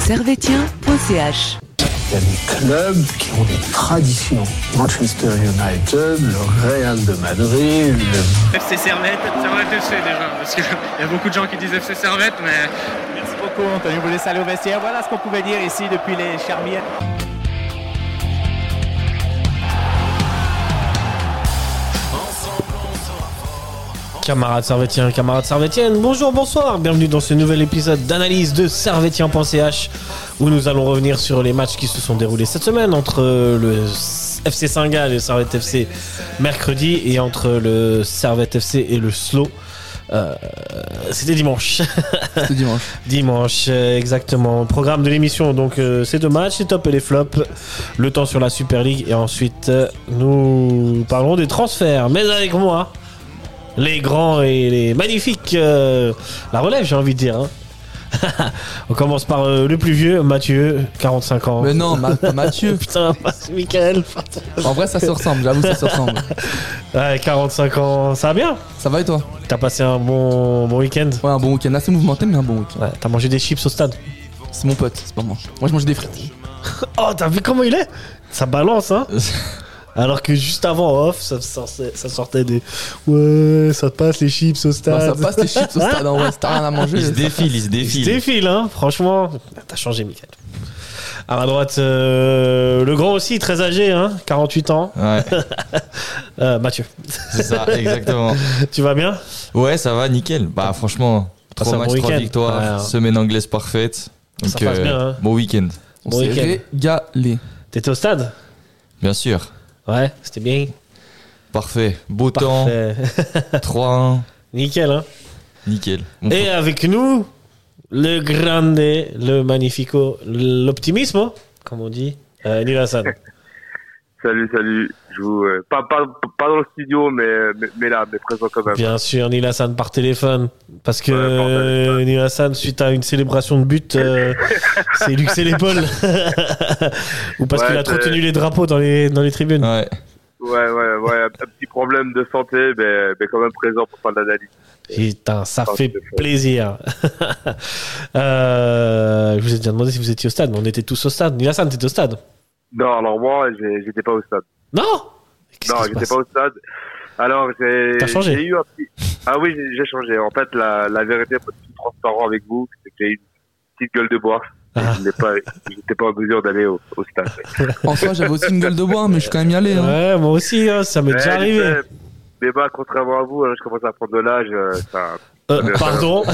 Servetien.ch. Il y a des clubs qui ont des traditions. Manchester United, le Real de Madrid, le FC Servette FC déjà, parce qu'il y a beaucoup de gens qui disent FC Servette, mais... Merci beaucoup Anthony, vous laissez aller au vestiaire. Voilà ce qu'on pouvait dire ici depuis les Charmières. Camarades Servetiens, camarades Servetiennes, bonjour, bonsoir, bienvenue dans ce nouvel épisode d'analyse de Servetien.ch où nous allons revenir sur les matchs qui se sont déroulés cette semaine entre le FC Saint-Gall et le Servette FC mercredi et entre le Servette FC et le Slow. C'était dimanche. C'était dimanche. Dimanche, exactement. Programme de l'émission, donc ces deux matchs, les tops et les flops. Le temps sur la Super League et ensuite nous parlerons des transferts. Mais avec moi, les grands et les magnifiques, la relève j'ai envie de dire. Hein. On commence par le plus vieux, Mathieu, 45 ans. Mais non, pas Mathieu. Putain, c'est Michael. En vrai ça se ressemble, j'avoue ça se ressemble. Ouais, 45 ans, ça va bien? Ça va et toi? T'as passé un bon week-end? Ouais, un bon week-end, assez mouvementé mais un bon week-end. Ouais, t'as mangé des chips au stade? C'est mon pote, c'est pas moi. Moi je mange des frites. Oh, t'as vu comment il est? Ça balance, hein. Alors que juste avant off, ça sortait des ouais, ça passe les chips au stade. Ouais, ça passe les chips au stade, hein, ouais, si t'as rien à manger. Il se défile, hein, franchement. T'as changé, Mickaël. À ma droite, le grand aussi, très âgé, hein, 48 ans. Ouais. Mathieu. C'est ça, exactement. Tu vas bien? Ouais, ça va, nickel. Bah, franchement, 3 matchs, 3 victoires, semaine anglaise parfaite. Donc, ça passe bien, hein. Bon week-end. On s'est régalé. T'étais au stade? Bien sûr. Ouais, c'était bien. Parfait. Beau temps. 3-1. Nickel, hein. Nickel. Et avec nous, le grande, le magnifico, l'optimisme, comme on dit, Neil Hassan. Salut. Je vous pas dans le studio, mais là, mais présent quand même. Bien sûr, Neil Hassan par téléphone, parce que Neil Hassan, suite à une célébration de but, s'est luxé l'épaule, ou parce qu'il a trop tenu les drapeaux dans les tribunes. Ouais, un petit problème de santé, mais quand même présent pour faire l'analyse. Putain, ça fait plaisir. Je vous ai déjà demandé si vous étiez au stade, mais on était tous au stade. Neil Hassan, t'étais au stade? Non, alors moi, j'étais pas au stade. Non, j'étais pas au stade. Alors, T'as changé? J'ai eu un petit... Ah oui, j'ai changé. En fait, la vérité, pour être transparent avec vous, c'est que j'ai eu une petite gueule de bois. J'étais pas en mesure d'aller au stade. En soi, j'avais aussi une gueule de bois, mais je suis quand même y allé. Hein. Ouais, moi aussi, hein, ça m'est déjà arrivé. Mais bah, contrairement à vous, je commence à prendre de l'âge. Pardon.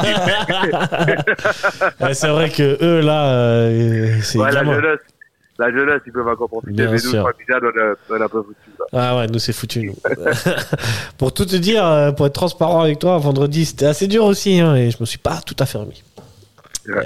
C'est vrai que eux, là, c'est la jeunesse, ils peuvent encore profiter. Bien mais sûr. nous, on a un peu foutu. Là. Ah ouais, nous, c'est foutu, nous. Pour tout te dire, pour être transparent avec toi, vendredi, c'était assez dur aussi, hein, et je me suis pas tout à fait remis. Ouais.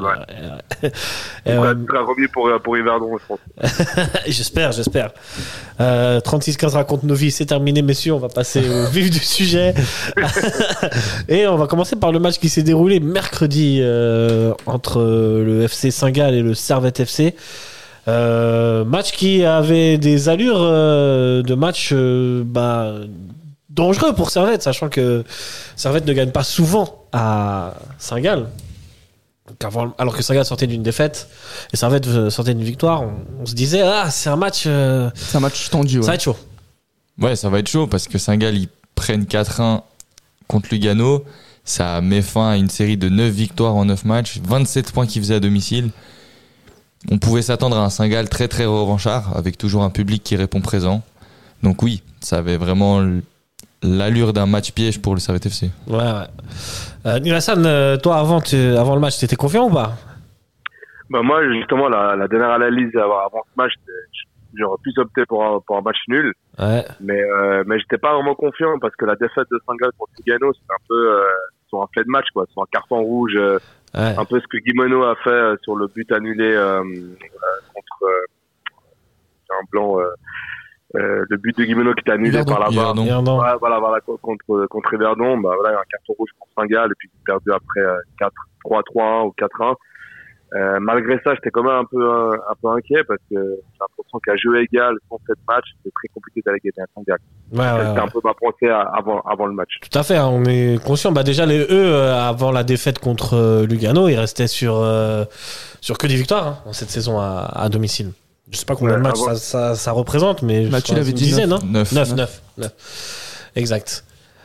Très remis pour Yverdon, je pense. J'espère. 36-15 raconte nos vies, c'est terminé, messieurs. On va passer au vif du sujet. Et on va commencer par le match qui s'est déroulé mercredi entre le FC Saint-Gall et le Servette FC. Match qui avait des allures de match dangereux pour Servette, sachant que Servette ne gagne pas souvent à Saint-Gall. Alors que Saint-Gall sortait d'une défaite et Servette sortait d'une victoire, on se disait c'est un match tendu. Ouais. Ça va être chaud. Ouais, ça va être chaud parce que Saint-Gall ils prennent 4-1 contre Lugano. Ça met fin à une série de 9 victoires en 9 matchs, 27 points qu'ils faisaient à domicile. On pouvait s'attendre à un Saint-Gall très très revanchard avec toujours un public qui répond présent. Donc oui, ça avait vraiment l'allure d'un match piège pour le Servette FC. Ouais. Neil Hassan, toi avant le match, t'étais confiant ou pas? Bah moi justement la dernière analyse avant ce match, j'aurais pu opter pour un match nul. Ouais. Mais j'étais pas vraiment confiant parce que la défaite de Saint-Gall contre Lugano, c'est un peu sur un fait de match quoi, sur un carton rouge. Un peu ce que Guimeno a fait sur le but annulé contre un blanc. Le but de Guimeno qui était annulé par la VAR. Voilà, contre Yverdon. Bah voilà, un carton rouge pour Saint-Gall et puis perdu après 3-1 ou 4-1. Malgré ça, j'étais quand même un peu inquiet parce que j'ai l'impression qu'à jeu égal, sans cette match, c'est très compliqué d'aller gagner un Saint-Gall. C'était un peu ma pensée avant le match. Tout à fait, hein, on est conscient. Déjà, avant la défaite contre Lugano, ils restaient sur que des victoires hein, dans cette saison à domicile. Je sais pas combien de matchs ça représente, mais Mathieu l'avait dit dizaine, 9. Exact.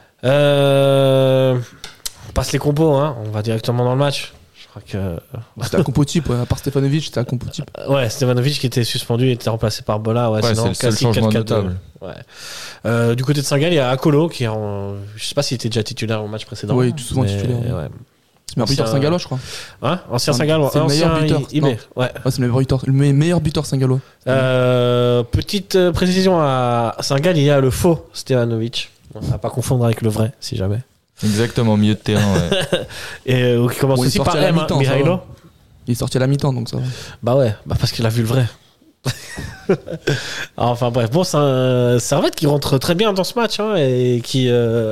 On passe les compos, hein. On va directement dans le match. Je crois que c'était un compo type, à part Stefanovic, c'était un compo type. Ouais, Stefanovic qui était suspendu était remplacé par Bola. Ouais, sinon, c'est le seul changement notable. Ouais. Du côté de Saint-Gall, il y a Akolo qui je sais pas s'il était déjà titulaire au match précédent. Oui, tout souvent titulaire. Ouais. C'est le meilleur buteur Saint-Gallois, je crois. Hein, ancien Saint-Gallois. C'est le meilleur buteur. C'est le meilleur buteur Saint-Gallois. Petite précision à Saint-Gall, il y a le faux Stefanovic. On va pas confondre avec le vrai, si jamais. Exactement, milieu de terrain. Ouais. Et qui commence aussi par M, Mihailo. Il est sorti à la mi-temps, donc ça va. Bah ouais, parce qu'il a vu le vrai. Enfin bref, bon, c'est un Servette qui rentre très bien dans ce match hein, et qui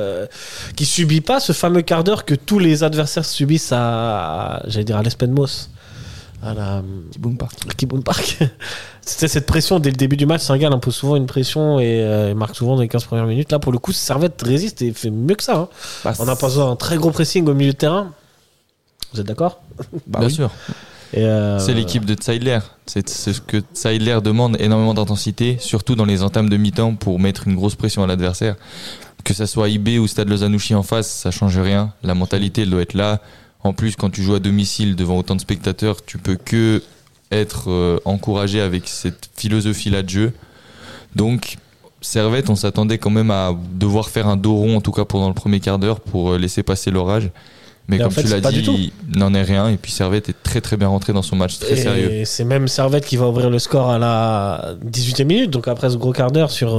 subit pas ce fameux quart d'heure que tous les adversaires subissent à l'Espenmos, à la Kiboom Park. C'était cette pression dès le début du match. Saint-Gall impose souvent une pression et marque souvent dans les 15 premières minutes. Là, pour le coup, Servette résiste et fait mieux que ça. Hein. On a pas un très gros pressing au milieu de terrain. Vous êtes d'accord ? Bien sûr. C'est l'équipe de Zeidler. C'est ce que Zeidler demande, énormément d'intensité, surtout dans les entames de mi-temps pour mettre une grosse pression à l'adversaire. Que ça soit IB ou Stade Lozanouchi en face, ça change rien. La mentalité, elle doit être là. En plus, quand tu joues à domicile devant autant de spectateurs, tu peux que être encouragé avec cette philosophie-là de jeu. Donc, Servette, on s'attendait quand même à devoir faire un dos rond, en tout cas pendant le premier quart d'heure, pour laisser passer l'orage. Mais comme tu l'as dit, il n'en est rien. Et puis Servette est très très bien rentré dans son match, très sérieux. Et c'est même Servette qui va ouvrir le score à la 18e minute, donc après ce gros quart d'heure sur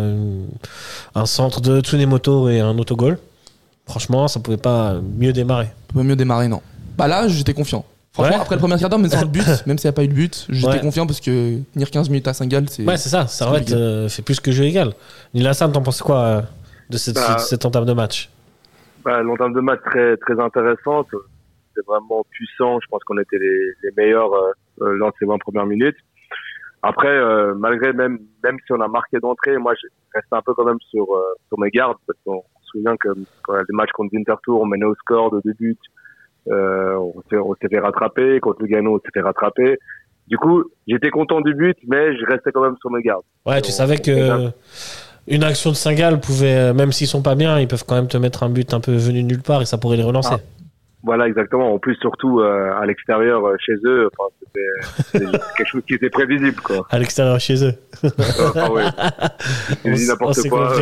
un centre de Tsunemoto et un autogol. Franchement, ça pouvait pas mieux démarrer. Non. Bah là, j'étais confiant. Franchement, après le premier quart d'heure, mais sans le but, même s'il n'y a pas eu de but, j'étais confiant parce que tenir 15 minutes à Saint-Gall, c'est. Ouais, c'est ça. Servette fait plus que jeu égal. Nilassan, t'en penses quoi de cette entame de match? L'entame de match très très intéressante. C'était vraiment puissant. Je pense qu'on était les meilleurs dans ces 20 premières minutes. Après, malgré même si on a marqué d'entrée, moi je reste un peu quand même sur mes gardes parce qu'on se souvient que quand il y a des matchs contre Winterthur, on menait au score de 2 buts. On s'est fait rattraper. Contre Lugano, on s'est fait rattraper. Du coup, j'étais content du but, mais je restais quand même sur mes gardes. Ouais, tu savais que une action de Saint-Gall pouvait, même s'ils sont pas bien, ils peuvent quand même te mettre un but un peu venu de nulle part et ça pourrait les relancer. Voilà, exactement. En plus, surtout à l'extérieur, chez eux, c'était quelque chose qui était prévisible, quoi. À l'extérieur, chez eux. Oui. Je dis n'importe quoi.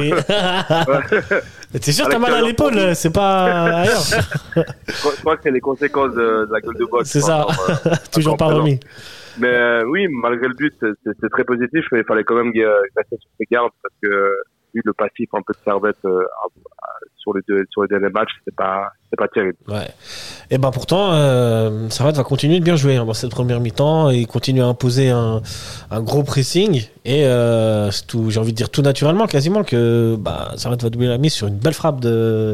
T'es sûr que t'as mal à l'épaule, c'est pas ailleurs. Je crois que c'est les conséquences de la gueule de bois. C'est ça, toujours pas remis. Mais oui, malgré le but, c'est très positif, mais il fallait quand même rester sur ses gardes parce que vu le passif un peu de Servette sur les derniers matchs, c'est pas terrible. Ouais. Et pourtant, Servette va continuer de bien jouer dans cette première mi-temps et continue à imposer un gros pressing et c'est tout, j'ai envie de dire tout naturellement quasiment que Servette va doubler la mise sur une belle frappe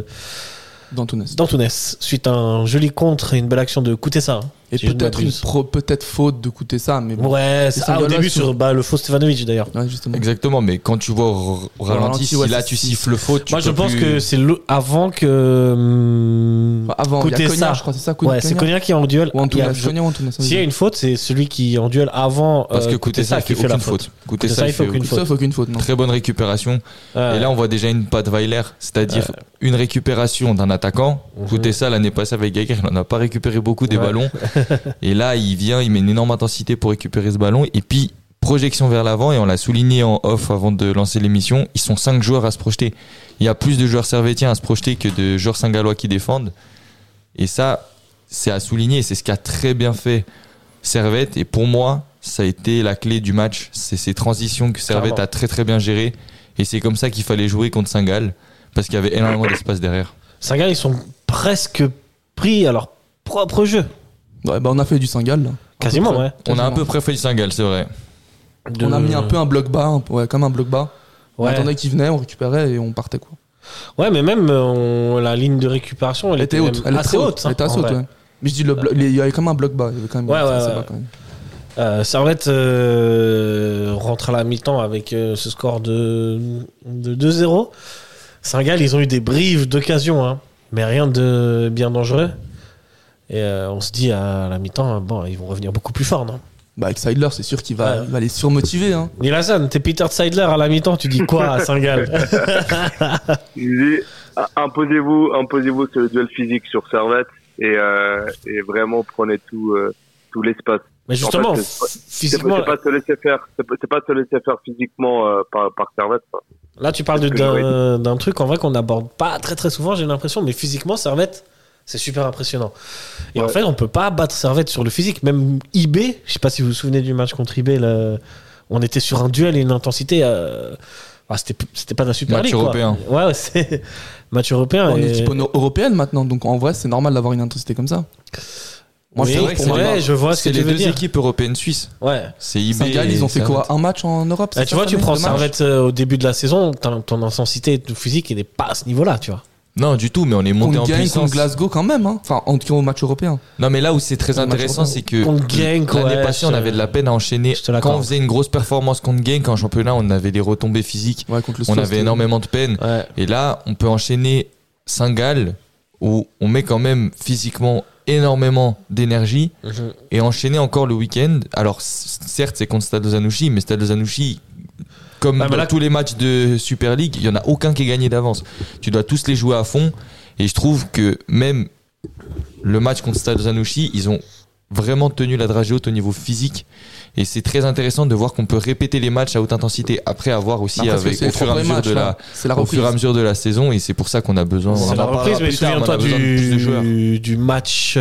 d'Antunes suite à un joli contre et une belle action de Koutessa. Et peut-être faute de Koutessa, mais bon. Ouais, au début sur le faux Stefanovic d'ailleurs. Ouais, justement. Exactement, mais quand tu vois au ralenti, si là tu siffles faute, moi je pense que c'est avant que Koutessa, Konya, je crois, c'est ça. Ouais, c'est Konya qui est en duel. S'il y a une faute, c'est celui qui est en duel avant. Parce que Koutessa qui fait la faute. Koutessa il fait aucune faute. Très bonne récupération. Et là on voit déjà une patte Weiler, c'est-à-dire une récupération d'un attaquant. Koutessa l'année passée avec Geiger, il n'en a pas récupéré beaucoup des ballons. Et là, il met une énorme intensité pour récupérer ce ballon. Et puis, projection vers l'avant, et on l'a souligné en off avant de lancer l'émission, ils sont 5 joueurs à se projeter. Il y a plus de joueurs servétiens à se projeter que de joueurs saint-gallois qui défendent. Et ça, c'est à souligner. C'est ce qu'a très bien fait Servette. Et pour moi, ça a été la clé du match. C'est ces transitions que Servette a très très bien gérées. Et c'est comme ça qu'il fallait jouer contre Saint-Gall, parce qu'il y avait énormément d'espace derrière. Saint-Gall, ils sont presque pris à leur propre jeu. Ouais, on a fait du Saint-Gall là. Quasiment, ouais. On a un peu préféré du Saint-Gall, c'est vrai. On a mis un peu un bloc bas, comme un bloc bas. On attendait qu'ils venaient, on récupérait et on partait, quoi. Ouais, mais même la ligne de récupération, elle était haute. Elle était assez haute, ouais. Mais je dis, il y avait quand même un bloc bas. Il y avait quand même bas, quand même. Servette rentre à la mi-temps avec ce score de 2-0. Saint-Gall, ils ont eu des brives d'occasion, hein, mais rien de bien dangereux. Et on se dit à la mi-temps, bon, ils vont revenir beaucoup plus fort, non? Bah, avec Seidler, c'est sûr qu'il va les surmotiver. Hein. Neil Hassan, t'es Peter Seidler à la mi-temps, tu dis quoi à Saint-Gall? Je dis, imposez-vous sur le duel physique sur Servette et vraiment prenez tout l'espace. Mais justement, en fait, physiquement, c'est pas se laisser faire, c'est pas se laisser faire physiquement par Servette. Ça. Là, tu parles d'un truc en vrai qu'on n'aborde pas très très souvent, j'ai l'impression, mais physiquement, Servette, c'est super impressionnant. Et en fait, on peut pas battre Servette sur le physique. Même IB, je sais pas si vous vous souvenez du match contre IB, on était sur un duel et une intensité. C'était pas de la Super League. Match européen. Ouais, c'est match européen. On est équipe européenne maintenant, donc en vrai, c'est normal d'avoir une intensité comme ça. Moi, c'est vrai que je vois ce que tu veux dire. C'est les deux équipes européennes suisses. Ouais. C'est IB. Saint-Gall, ils ont fait quoi? Un match en Europe? Tu vois, tu prends Servette au début de la saison, ton intensité physique, elle n'est pas à ce niveau-là, tu vois. Non, du tout, mais on est monté en puissance. Contre Glasgow quand même, hein. Enfin, en tout cas au match européen. Non, mais là où c'est très intéressant, c'est que l'année passée, on avait de la peine à enchaîner. Quand on faisait une grosse performance contre Genk en championnat, on avait des retombées physiques. Ouais, contre le on avait énormément de peine. Ouais. Et là, on peut enchaîner Saint-Gall, où on met quand même physiquement énormément d'énergie, et enchaîner encore le week-end. Alors, certes, c'est contre Stade Zanouchi, mais Stade Zanouchi, comme dans tous les matchs de Super League, il n'y en a aucun qui est gagné d'avance. Tu dois tous les jouer à fond. Et je trouve que même le match contre Stade Zanouchi, ils ont vraiment tenu la dragée haute au niveau physique. Et c'est très intéressant de voir qu'on peut répéter les matchs à haute intensité après avoir aussi au fur et à mesure de la saison. Et c'est pour ça qu'on a besoin. C'est la reprise, mais souviens-toi du match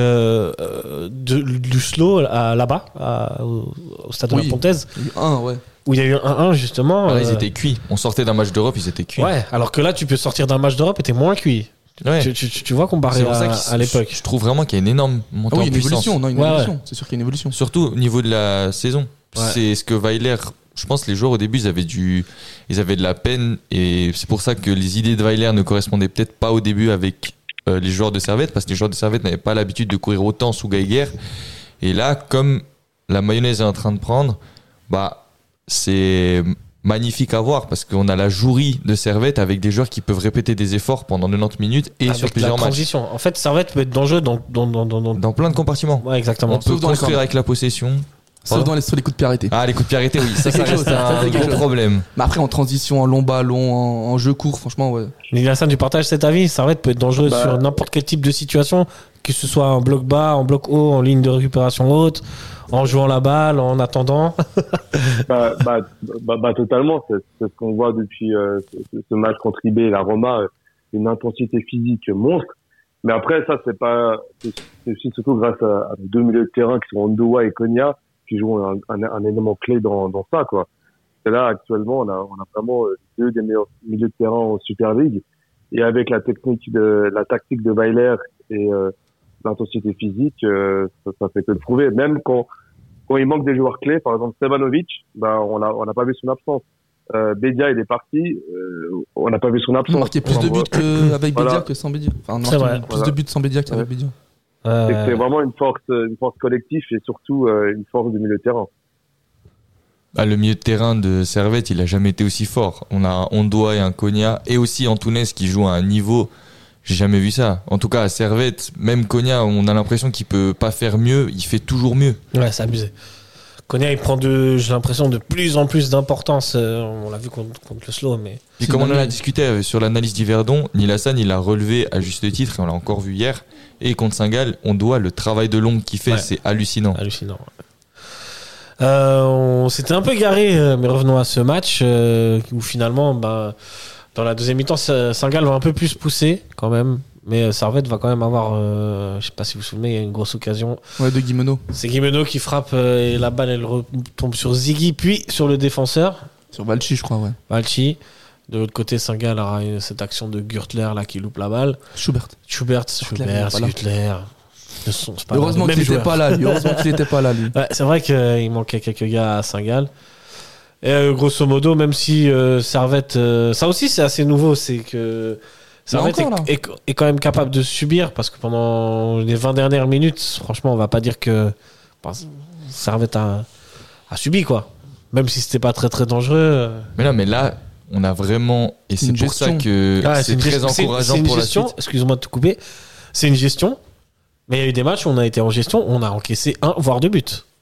du slow là-bas, au stade de la Pontaise. Il y a eu un, ouais. Où il y a eu un 1 justement. Ils étaient cuits. On sortait d'un match d'Europe, ils étaient cuits. Ouais, alors que là, tu peux sortir d'un match d'Europe et t'es moins cuit. Ouais. Tu vois comparé à l'époque. Je trouve vraiment qu'il y a une énorme montée en puissance. Une évolution. C'est sûr qu'il y a une évolution. Surtout au niveau de la saison. Ouais. C'est ce que Weiler, je pense, les joueurs au début, ils avaient de la peine, et c'est pour ça que les idées de Weiler ne correspondaient peut-être pas au début avec les joueurs de Servette, parce que les joueurs de Servette n'avaient pas l'habitude de courir autant sous Geiger. Et là, comme la mayonnaise est en train de prendre, c'est magnifique à voir, parce qu'on a la jouerie de Servette avec des joueurs qui peuvent répéter des efforts pendant 90 minutes et avec sur plusieurs matchs. En fait, Servette peut être dangereux dans plein de compartiments. Ouais, exactement. On peut construire avec la possession. Sauf sur les coups de pied arrêtés. Ah, les coups de pied arrêtés, oui. Ça reste un gros problème. Mais après, en transition, en long ballon, en jeu court, franchement, ouais. Nicolas, tu partages cet avis? Servette peut être dangereux sur n'importe quel type de situation, que ce soit en bloc bas, en bloc haut, en ligne de récupération haute, en jouant la balle, en attendant. Totalement. C'est ce qu'on voit depuis ce match contre IB et la Roma, une intensité physique monstre. Mais après, ça, c'est aussi surtout grâce à deux milieux de terrain qui sont Ondoa et Konya, qui jouent un élément clé dans ça, quoi. Et là, actuellement, on a vraiment deux des meilleurs milieux de terrain en Super League. Et avec la tactique de Weiler et l'intensité physique, ça fait que le prouver. Même quand il manque des joueurs clés, par exemple Stevanovic, on n'a pas vu son absence. Bédia, il est parti, on n'a pas vu son absence. On a marqué plus de buts qu'avec Bédia que sans Bédia. Enfin, on a marqué plus de buts sans Bédia qu'avec Bédia. C'est vraiment une force collective et surtout une force du milieu de terrain. Le milieu de terrain de Servette, il a jamais été aussi fort. On a un Ondoa et un Konya, et aussi Antunes qui joue à un niveau, j'ai jamais vu ça. En tout cas, à Servette, même Konya, on a l'impression qu'il peut pas faire mieux, il fait toujours mieux. Ouais, c'est abusé. Konya, il prend j'ai l'impression de plus en plus d'importance. On l'a vu contre le Slow, mais. Et comme on en a discuté sur l'analyse d'Yverdon, Neil Hassan, il a relevé à juste titre, et on l'a encore vu hier. Et contre Saint-Gall, le travail de l'ombre qu'il fait, c'est hallucinant. Hallucinant. On s'était un peu garé, mais revenons à ce match où finalement, dans la deuxième mi-temps, Saint-Gall va un peu plus pousser quand même. Mais Servette va quand même avoir, je sais pas si vous vous souvenez, il y a une grosse occasion. Ouais, de Guimeno. C'est Guimeno qui frappe et la balle elle retombe sur Ziggy, puis sur le défenseur. Sur Valchi, je crois, ouais. Valchi. De l'autre côté, Saint-Gall aura cette action de Gürtler là qui loupe la balle. Schubert, Gürtler. Heureusement qu'il n'était pas là, lui. Ouais, c'est vrai qu'il manquait quelques gars à Saint-Gall. Et grosso modo, même si Servette, ça aussi c'est assez nouveau, c'est que Servette est quand même capable de subir parce que pendant les 20 dernières minutes, franchement, on va pas dire que Servette a subi, quoi. Même si c'était pas très très dangereux. Mais non, mais là, on a vraiment. Et c'est pour ça que c'est très encourageant pour la suite. Excuse-moi de te couper. C'est une gestion. Mais il y a eu des matchs où on a été en gestion, on a encaissé 1 voire 2 buts.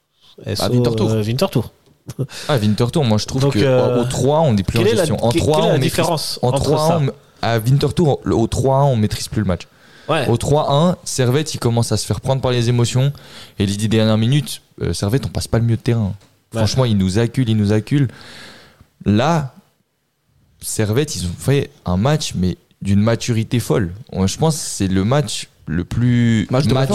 Winterthur. Winterthur, moi je trouve qu'au 3 on n'est plus en gestion. En 3 quelle est la différence en 3-1, à Winterthur, au 3-1 on maîtrise plus le match. Ouais. Au 3-1, Servette il commence à se faire prendre par les émotions et les 10 dernières minutes, Servette on passe pas le milieu de terrain. Ouais. Franchement, il nous accule. Là, Servette, ils ont fait un match mais d'une maturité folle. Je pense que c'est le match le plus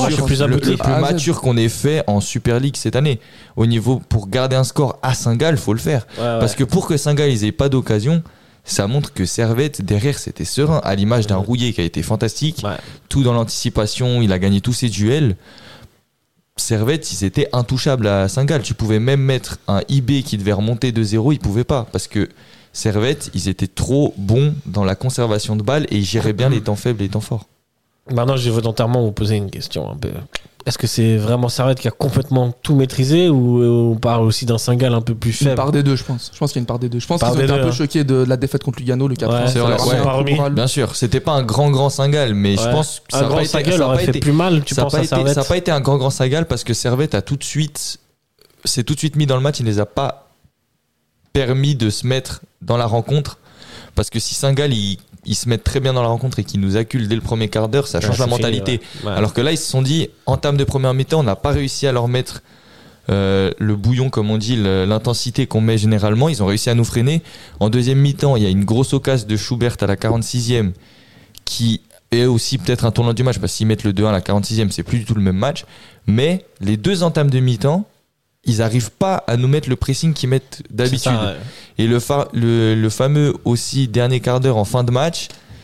mature qu'on ait fait en Super League cette année. Au niveau, pour garder un score à Saint-Gall, faut le faire. Parce que pour que Saint-Gall ils aient pas d'occasion, ça montre que Servette derrière c'était serein, à l'image d'un Rouillé qui a été fantastique. Tout dans l'anticipation, il a gagné tous ses duels. Servette, ils étaient intouchables à Saint-Gall. Tu pouvais même mettre un IB qui devait remonter de 0, ils pouvaient pas parce que Servette, ils étaient trop bons dans la conservation de balles et ils géraient bien les temps faibles et les temps forts. Maintenant, je vais volontairement vous poser une question un peu. Est-ce que c'est vraiment Servette qui a complètement tout maîtrisé ou on parle aussi d'un Saint-Gall un peu plus faible? Une part des deux, je pense. Je pense qu'il y a une part des deux. Je pense qu'ils ont été un peu choqués de la défaite contre Lugano, le 4-1. C'est vrai, bien sûr. C'était pas un grand Saint-Gall, mais je pense que ça n'a pas été... Saint-Gall aurait fait plus mal, tu penses, à Servette? Ça n'a pas été un grand Saint-Gall parce que Servette s'est tout de suite mis dans le match. Il ne les a pas permis de se mettre dans la rencontre. Parce que si Saint-Gall, ils se mettent très bien dans la rencontre et qu'ils nous acculent dès le premier quart d'heure, ça change la mentalité. Alors que là, ils se sont dit, entame de première mi-temps, on n'a pas réussi à leur mettre le bouillon, comme on dit, l'intensité qu'on met généralement. Ils ont réussi à nous freiner. En deuxième mi-temps, il y a une grosse occasion de Schubert à la 46e qui est aussi peut-être un tournant du match parce qu'ils mettent le 2-1 à la 46e, c'est plus du tout le même match. Mais les deux entames de mi-temps, ils n'arrivent pas à nous mettre le pressing qu'ils mettent d'habitude. Ça, et le fameux aussi dernier quart d'heure en fin de match,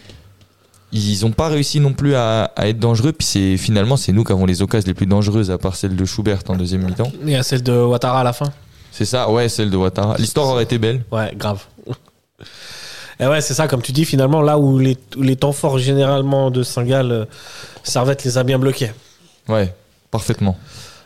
ils n'ont pas réussi non plus à être dangereux. Puis finalement, c'est nous qui avons les occasions les plus dangereuses, à part celle de Schubert en deuxième mi-temps. Il y a celle de Ouattara à la fin. C'est ça, ouais, celle de Ouattara. L'histoire aurait été belle. Ouais, grave. Et ouais, c'est ça, comme tu dis, finalement, là où les temps forts généralement de Saint-Gall, Servette les a bien bloqués. Ouais, parfaitement.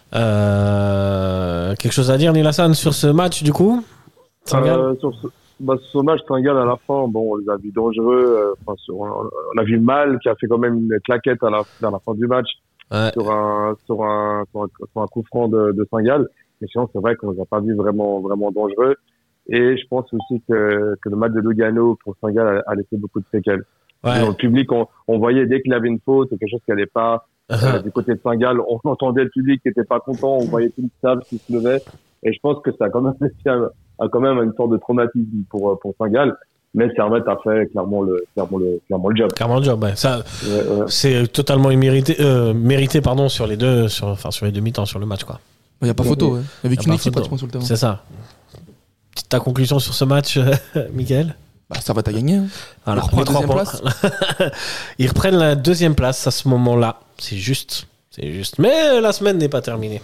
Quelque chose à dire, Nilassan, sur ce match du coup? Sur ce match, Saint-Gall à la fin, on les a vus dangereux. On a vu Mal qui a fait quand même une claquette à la fin du match sur un coup franc de Saint-Gall. Mais sinon, c'est vrai qu'on les a pas vus vraiment dangereux. Et je pense aussi que le match de Lugano pour Saint-Gall a laissé beaucoup de séquelles. Ouais. Dans le public, on voyait dès qu'il y avait une faute, quelque chose qui allait pas. Du côté de Saint-Gall, on entendait le public qui était pas content, on voyait tout le stade qui se levait, et je pense que ça a quand même laissé quand même une sorte de traumatisme pour Saint-Gall, mais Servette a fait clairement le job. Clairement le job, ouais. Ça, c'est totalement mérité, pardon, sur les deux mi-temps sur le match, quoi. Il y a pas photo, ouais. Il y avait qu'une équipe pratiquement sur le terrain. C'est ça. Ta conclusion sur ce match, Mickaël? Servette a gagné. Alors, ils reprennent 3 points. Ils reprennent la 2e place à ce moment-là. C'est juste. Mais la semaine n'est pas terminée.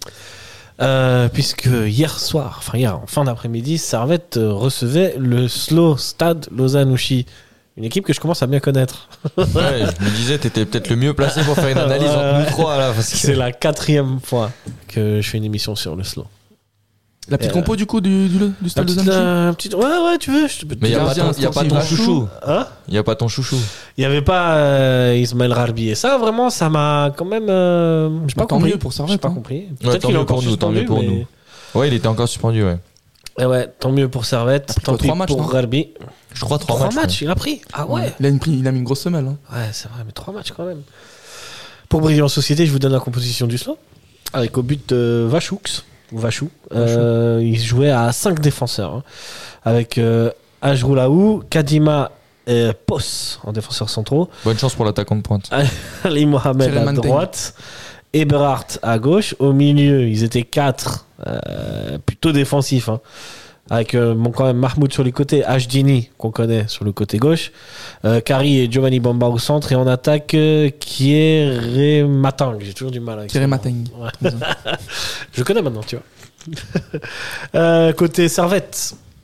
Puisque hier, en fin d'après-midi, Servette recevait le Slow Stade Lausanne-Ouchy. Une équipe que je commence à bien connaître. Ouais, je me disais, t'étais peut-être le mieux placé pour faire une analyse entre nous trois. Là, parce que... C'est la 4e fois que je fais une émission sur le Slow. La petite compo du coup du stade de Lausanne. Ouais, tu veux. Mais il n'y a pas ton chouchou. Hein? Il n'y a pas ton chouchou. Il n'y avait pas Ismaël Rarbi. Et ça, vraiment, ça m'a quand même. J'ai pas compris. Mieux pour Servette. J'ai pas compris. Peut-être qu'il est encore suspendu. Tant mieux pour nous. Ouais, il était encore suspendu, ouais. Et ouais, tant mieux pour Servette. Tant pis pour Rarbi. Je crois 3 matchs. Il a pris. Ah ouais. Il a mis une grosse semelle. Ouais, c'est vrai, mais 3 matchs quand même. Pour Brillant Société, je vous donne la composition du Slow. Avec au but Vachou. Il jouait à 5 défenseurs avec Ajroulaou, Kadima et Pos en défenseurs centraux. Bonne chance pour l'attaquant de pointe. Ali Mohamed à droite, Eberhardt à gauche. Au milieu, ils étaient 4 plutôt défensifs, avec quand même Mahmoud sur les côtés, Ajdini qu'on connaît sur le côté gauche, Kari et Giovanni Bamba au centre, et en attaque Kieré Matang. J'ai toujours du mal avec Kieré Matang. Ouais. Je connais maintenant, tu vois. Côté Servette,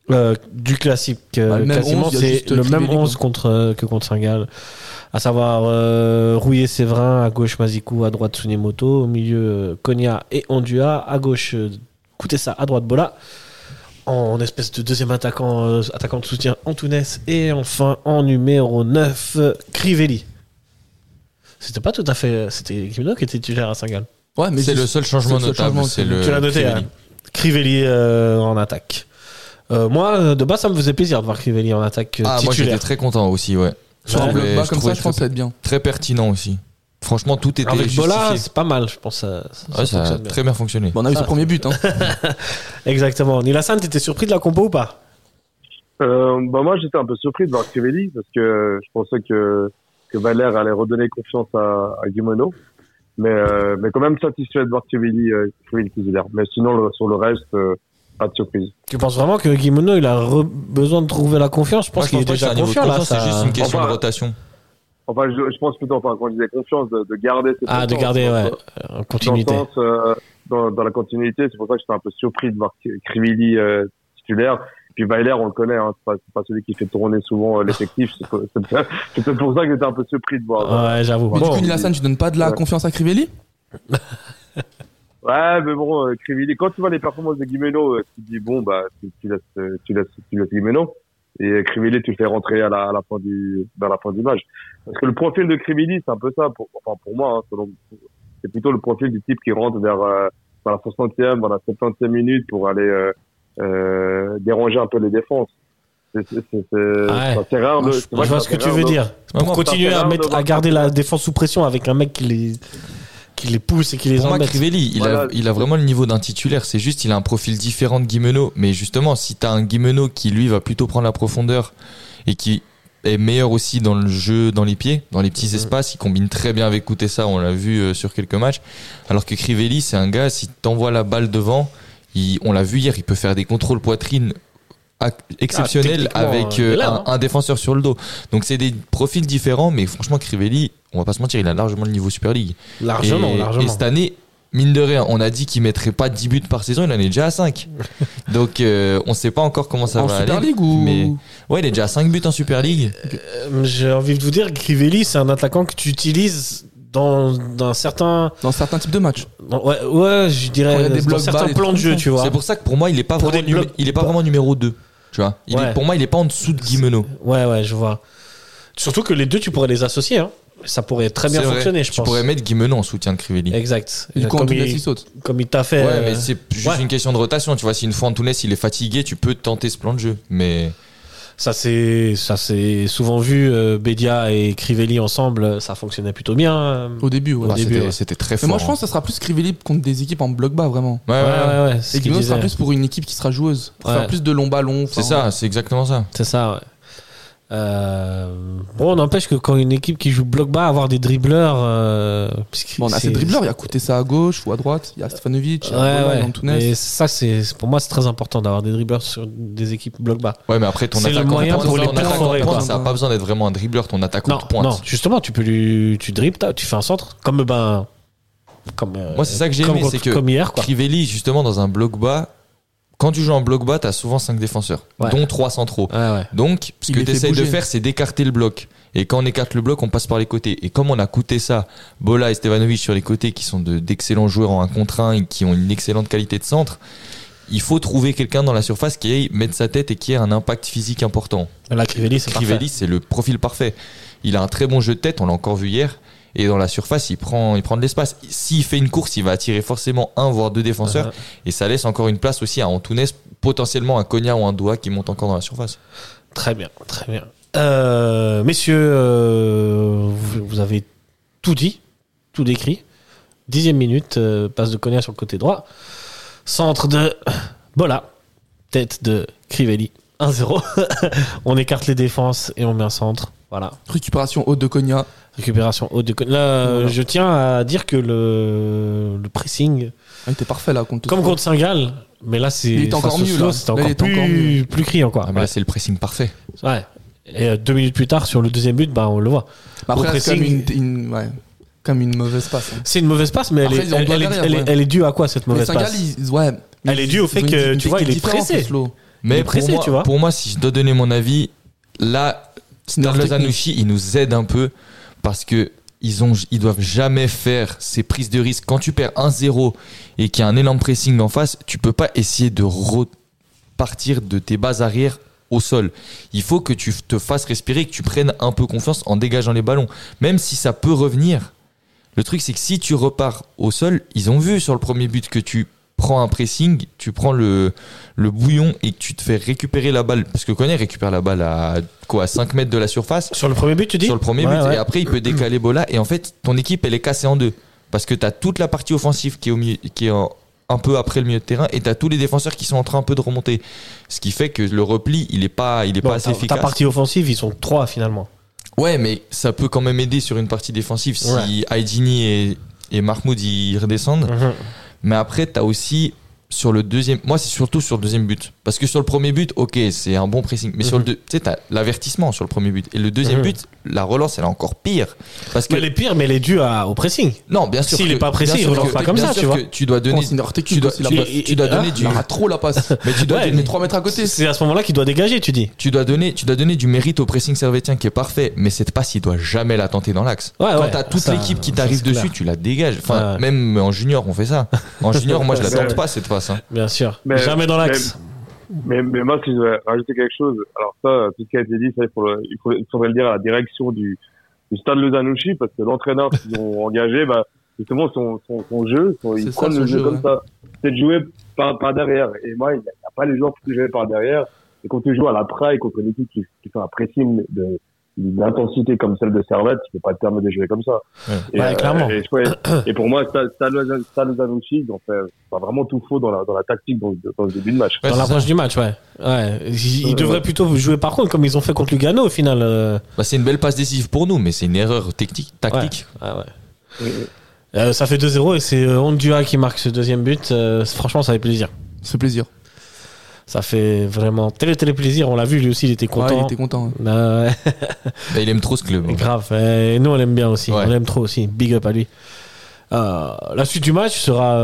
Du classique, le même quasiment 11, il y a c'est juste le même Crivelli, 11 que contre Saint-Gall, à savoir Rouillé Séverin, à gauche Mazikou, à droite Tsunemoto, au milieu Konya et Ondua, à gauche Koutessa, à droite Bola, en espèce de deuxième attaquant de soutien Antunes, et enfin en numéro 9 Crivelli. C'était pas tout à fait, c'était Gimeno qui était titulaire à Saint-Gall. Ouais, mais c'est le seul changement notable, c'est le tu l'as noté, Crivelli. hein. Crivelli en attaque. Moi, de base, ça me faisait plaisir de voir Crivelli en attaque Moi j'étais titulaire. très content aussi, ouais. sur un bloc bas comme ça, je pense que ça va être bien. Très pertinent aussi. Franchement, tout était Avec justifié. Bola, c'est pas mal, je pense. Ça Ça a fonctionne bien. très bien fonctionné. Bon, on a eu ce premier but. Hein. Exactement. Nilassan, t'étais surpris de la compo ou pas? Moi, j'étais un peu surpris de voir Crivelli parce que je pensais que Valère allait redonner confiance à Gimeno. Mais quand même satisfait de voir Crivelli titulaire. Mais sinon, sur le reste, pas de surprise. Tu penses vraiment que Gimeno, il a besoin de trouver la confiance? Je pense qu'il est déjà confiant là. C'est juste une question de rotation. Enfin, je pense plutôt, quand je disais confiance, de garder cette confiance. De garder, ouais. En continuité. Dans la continuité, c'est pour ça que j'étais un peu surpris de voir Crivelli titulaire. Puis Weiler, on le connaît, hein, c'est pas celui qui fait tourner souvent l'effectif. C'est peut-être pour ça que j'étais un peu surpris de voir. Ouais, j'avoue. Mais du coup, Nilassan, tu donnes pas de la confiance à Crivelli? Ouais, mais bon, Crivelli, quand tu vois les performances de Gimeno, tu te dis bon, bah, tu laisses Gimeno. Et Crivelli, tu le fais rentrer à la fin du match. Parce que le profil de Crivelli, c'est un peu ça, pour moi, hein, c'est plutôt le profil du type qui rentre vers dans la 60e, dans la 70e minute pour aller déranger un peu les défenses. C'est rare. Je vois ce que tu veux dire. Pour continuer à garder la défense sous pression avec un mec qui les pousse et qui les Pour moi, embête. Crivelli, il a vraiment le niveau d'un titulaire. C'est juste, il a un profil différent de Gimeno. Mais justement, si t'as un Gimeno qui, lui, va plutôt prendre la profondeur et qui est meilleur aussi dans le jeu, dans les pieds, dans les petits espaces, il combine très bien avec Koutessa, on l'a vu sur quelques matchs. Alors que Crivelli, c'est un gars, si t'envoies la balle devant, on l'a vu hier, il peut faire des contrôles poitrine exceptionnels avec un défenseur sur le dos. Donc c'est des profils différents, mais franchement Crivelli, on va pas se mentir, il a largement le niveau Super League. Largement. Et cette année, mine de rien, on a dit qu'il mettrait pas 10 buts par saison, il en est déjà à 5. Donc on sait pas encore comment ça va aller. En Super League ou... Mais ouais, il est déjà à 5 buts en Super League. J'ai envie de vous dire que Crivelli, c'est un attaquant que tu utilises dans certains types de matchs. Ouais, je dirais dans certains plans de jeu, tu vois. C'est pour ça que pour moi, il est pas vraiment numéro 2. Tu vois, pour moi, il est pas en dessous de Gimeno. Ouais, je vois. Surtout que les deux, tu pourrais les associer. Hein. Ça pourrait très bien fonctionner, je pense. Tu pourrais mettre Gimeno en soutien de Crivelli. Exact. Et quand Antunes il saute. Comme il t'a fait. Ouais, mais c'est juste une question de rotation. Tu vois, si une fois Antunes il est fatigué, tu peux tenter ce plan de jeu. Mais ça c'est souvent vu. Bédia et Crivelli ensemble, ça fonctionnait plutôt bien. Au début, ouais. C'était très fort. Mais moi, je pense que ça sera plus Crivelli contre des équipes en bloc bas, vraiment. Ouais. Et Gimeno sera plus pour une équipe qui sera joueuse. Pour faire plus de longs ballons. C'est ça, c'est exactement ça. C'est ça, ouais. Bon, on n'empêche que quand une équipe qui joue bloc bas, avoir des dribbleurs. On a ces dribbleurs, il y a Koutessa à gauche ou à droite, il y a Stefanovic, il y a Antunes. Et ça, pour moi, c'est très important d'avoir des dribbleurs sur des équipes bloc bas. Ouais, mais après, ton attaquant de pointe, ça n'a pas besoin d'être vraiment un dribbleur, ton attaquant de pointe. Non, justement, tu dribbles, tu fais un centre, comme moi, c'est ça que j'ai aimé, c'est que comme hier, quoi. Crivelli, justement, dans un bloc bas. Quand tu joues en bloc bas, t'as souvent 5 défenseurs, dont 3 centraux. Donc, ce que tu essayes de faire, c'est d'écarter le bloc. Et quand on écarte le bloc, on passe par les côtés. Et comme on a Koutessa, Bola et Stefanovic sur les côtés, qui sont d'excellents joueurs en 1 contre 1 et qui ont une excellente qualité de centre, il faut trouver quelqu'un dans la surface qui aille mettre sa tête et qui ait un impact physique important. Là, Crivelli, c'est le profil parfait. Il a un très bon jeu de tête, on l'a encore vu hier. Et dans la surface, il prend de l'espace. S'il fait une course, il va attirer forcément 1 voire 2 défenseurs. Et ça laisse encore une place aussi à Antunes, potentiellement un Konya ou un Doha qui monte encore dans la surface. Très bien. Messieurs, vous avez tout dit, tout décrit. 10e minute, passe de Konya sur le côté droit. Centre de Bola. Tête de Crivelli. 1-0. On écarte les défenses et on met un centre. Voilà. Récupération haute de Konya. Là, je tiens à dire que le pressing était parfait là contre contre Saint-Gall, mais là c'est encore mieux là. C'était encore plus criant quoi. Mais là c'est le pressing parfait. Ouais. Et 2 minutes plus tard sur le deuxième but, on le voit. Après c'est comme une mauvaise passe. C'est une mauvaise passe, mais elle est due à quoi cette mauvaise passe? Elle est due au fait que tu vois il est pressé. Mais pressé, tu vois. Pour moi, si je dois donner mon avis, là, Stade Zanouchi, il nous aide un peu parce que ils doivent jamais faire ces prises de risque. Quand tu perds 1-0 et qu'il y a un énorme pressing en face, tu peux pas essayer de repartir de tes bases arrière au sol. Il faut que tu te fasses respirer, que tu prennes un peu confiance en dégageant les ballons. Même si ça peut revenir, le truc c'est que si tu repars au sol, ils ont vu sur le premier but que tu prends un pressing, tu prends le bouillon et que tu te fais récupérer la balle. Parce que Konya récupère la balle à 5 mètres de la surface. Sur le premier but, tu dis ? Sur le premier but. Et après, il peut décaler Bola. Et en fait, ton équipe, elle est cassée en deux. Parce que tu as toute la partie offensive qui est, un peu après le milieu de terrain et tu as tous les défenseurs qui sont en train un peu de remonter. Ce qui fait que le repli, il est pas assez efficace. Ta partie offensive, ils sont 3 finalement. Ouais, mais ça peut quand même aider sur une partie défensive si Aydini et Mahmoud ils redescendent. Mais après, t'as aussi sur le deuxième. Moi, c'est surtout sur le deuxième but. Parce que sur le premier but, ok, c'est un bon pressing. Mais sur le tu sais, t'as l'avertissement sur le premier but. Et le deuxième but, la relance, elle est encore pire. Parce que elle est pire, mais elle est due au pressing. Non, bien sûr. S'il n'est pas pressé, il relance pas comme ça, tu vois. Tu dois donner. Tu dois donner du. Il a trop la passe. Mais tu dois donner 3 mètres à côté. C'est à ce moment-là qu'il doit dégager, tu dis. Tu dois donner du mérite au pressing servétien qui est parfait. Mais cette passe, il doit jamais la tenter dans l'axe. Quand t'as toute l'équipe qui t'arrive dessus, tu la dégages. Enfin, même en junior, on fait ça. En junior, moi, je la tente pas cette passe. Bien sûr. Jamais dans l'axe. Mais moi, si je vais rajouter quelque chose, alors ça, tout ce qui a été dit, ça, il faudrait le dire à la direction du Stade Lozanouchi, parce que l'entraîneur qu'ils ont engagé, justement, son jeu, ils prennent le jeu comme ça. C'est de jouer par derrière. Et moi, il n'y a pas les joueurs pour jouer par derrière. Et quand tu joues à la praille contre une équipe qui fait un pressing d'une intensité comme celle de Servette, tu peux pas te permettre de jouer comme ça. Clairement. Et pour moi, Stade Lozanouchi, ils ont fait vraiment tout faux dans la tactique dans le début de match. Dans l'approche du match, Ils devraient plutôt jouer par contre comme ils ont fait contre Lugano au final. C'est une belle passe décisive pour nous, mais c'est une erreur tactique. Ça fait 2-0 et c'est Ondua qui marque ce deuxième but. Franchement, ça fait plaisir. C'est plaisir. Ça fait vraiment très plaisir. On l'a vu, lui aussi, il était content. Il était content. Il aime trop ce club. Grave. Et nous, on l'aime bien aussi. On l'aime trop aussi. Big up à lui. La suite du match sera...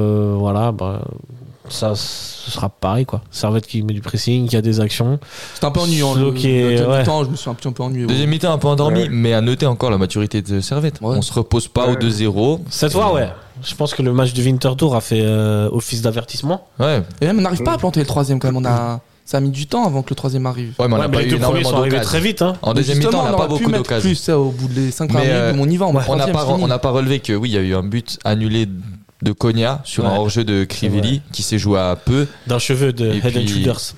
ce sera pareil, quoi. Servette qui met du pressing, qui a des actions. C'était un peu ennuyant. Le deuxième mi-temps, je me suis un peu ennuyé. Deuxième mi-temps, un peu endormi, mais à noter encore la maturité de Servette. On se repose pas au 2-0. Cette fois, je pense que le match du Winterthur a fait office d'avertissement. Et même, on n'arrive pas à planter le troisième quand même. Ça a mis du temps avant que le troisième arrive. Mais les deux premiers sont arrivés très vite. En deuxième mi-temps, on n'a pas beaucoup d'occasions. Plus au bout des 5 premières minutes, on y va. On n'a pas relevé que il y a eu un but annulé de Konya sur un hors-jeu de Crivelli qui s'est joué à peu. D'un cheveu de Head and Shoulders.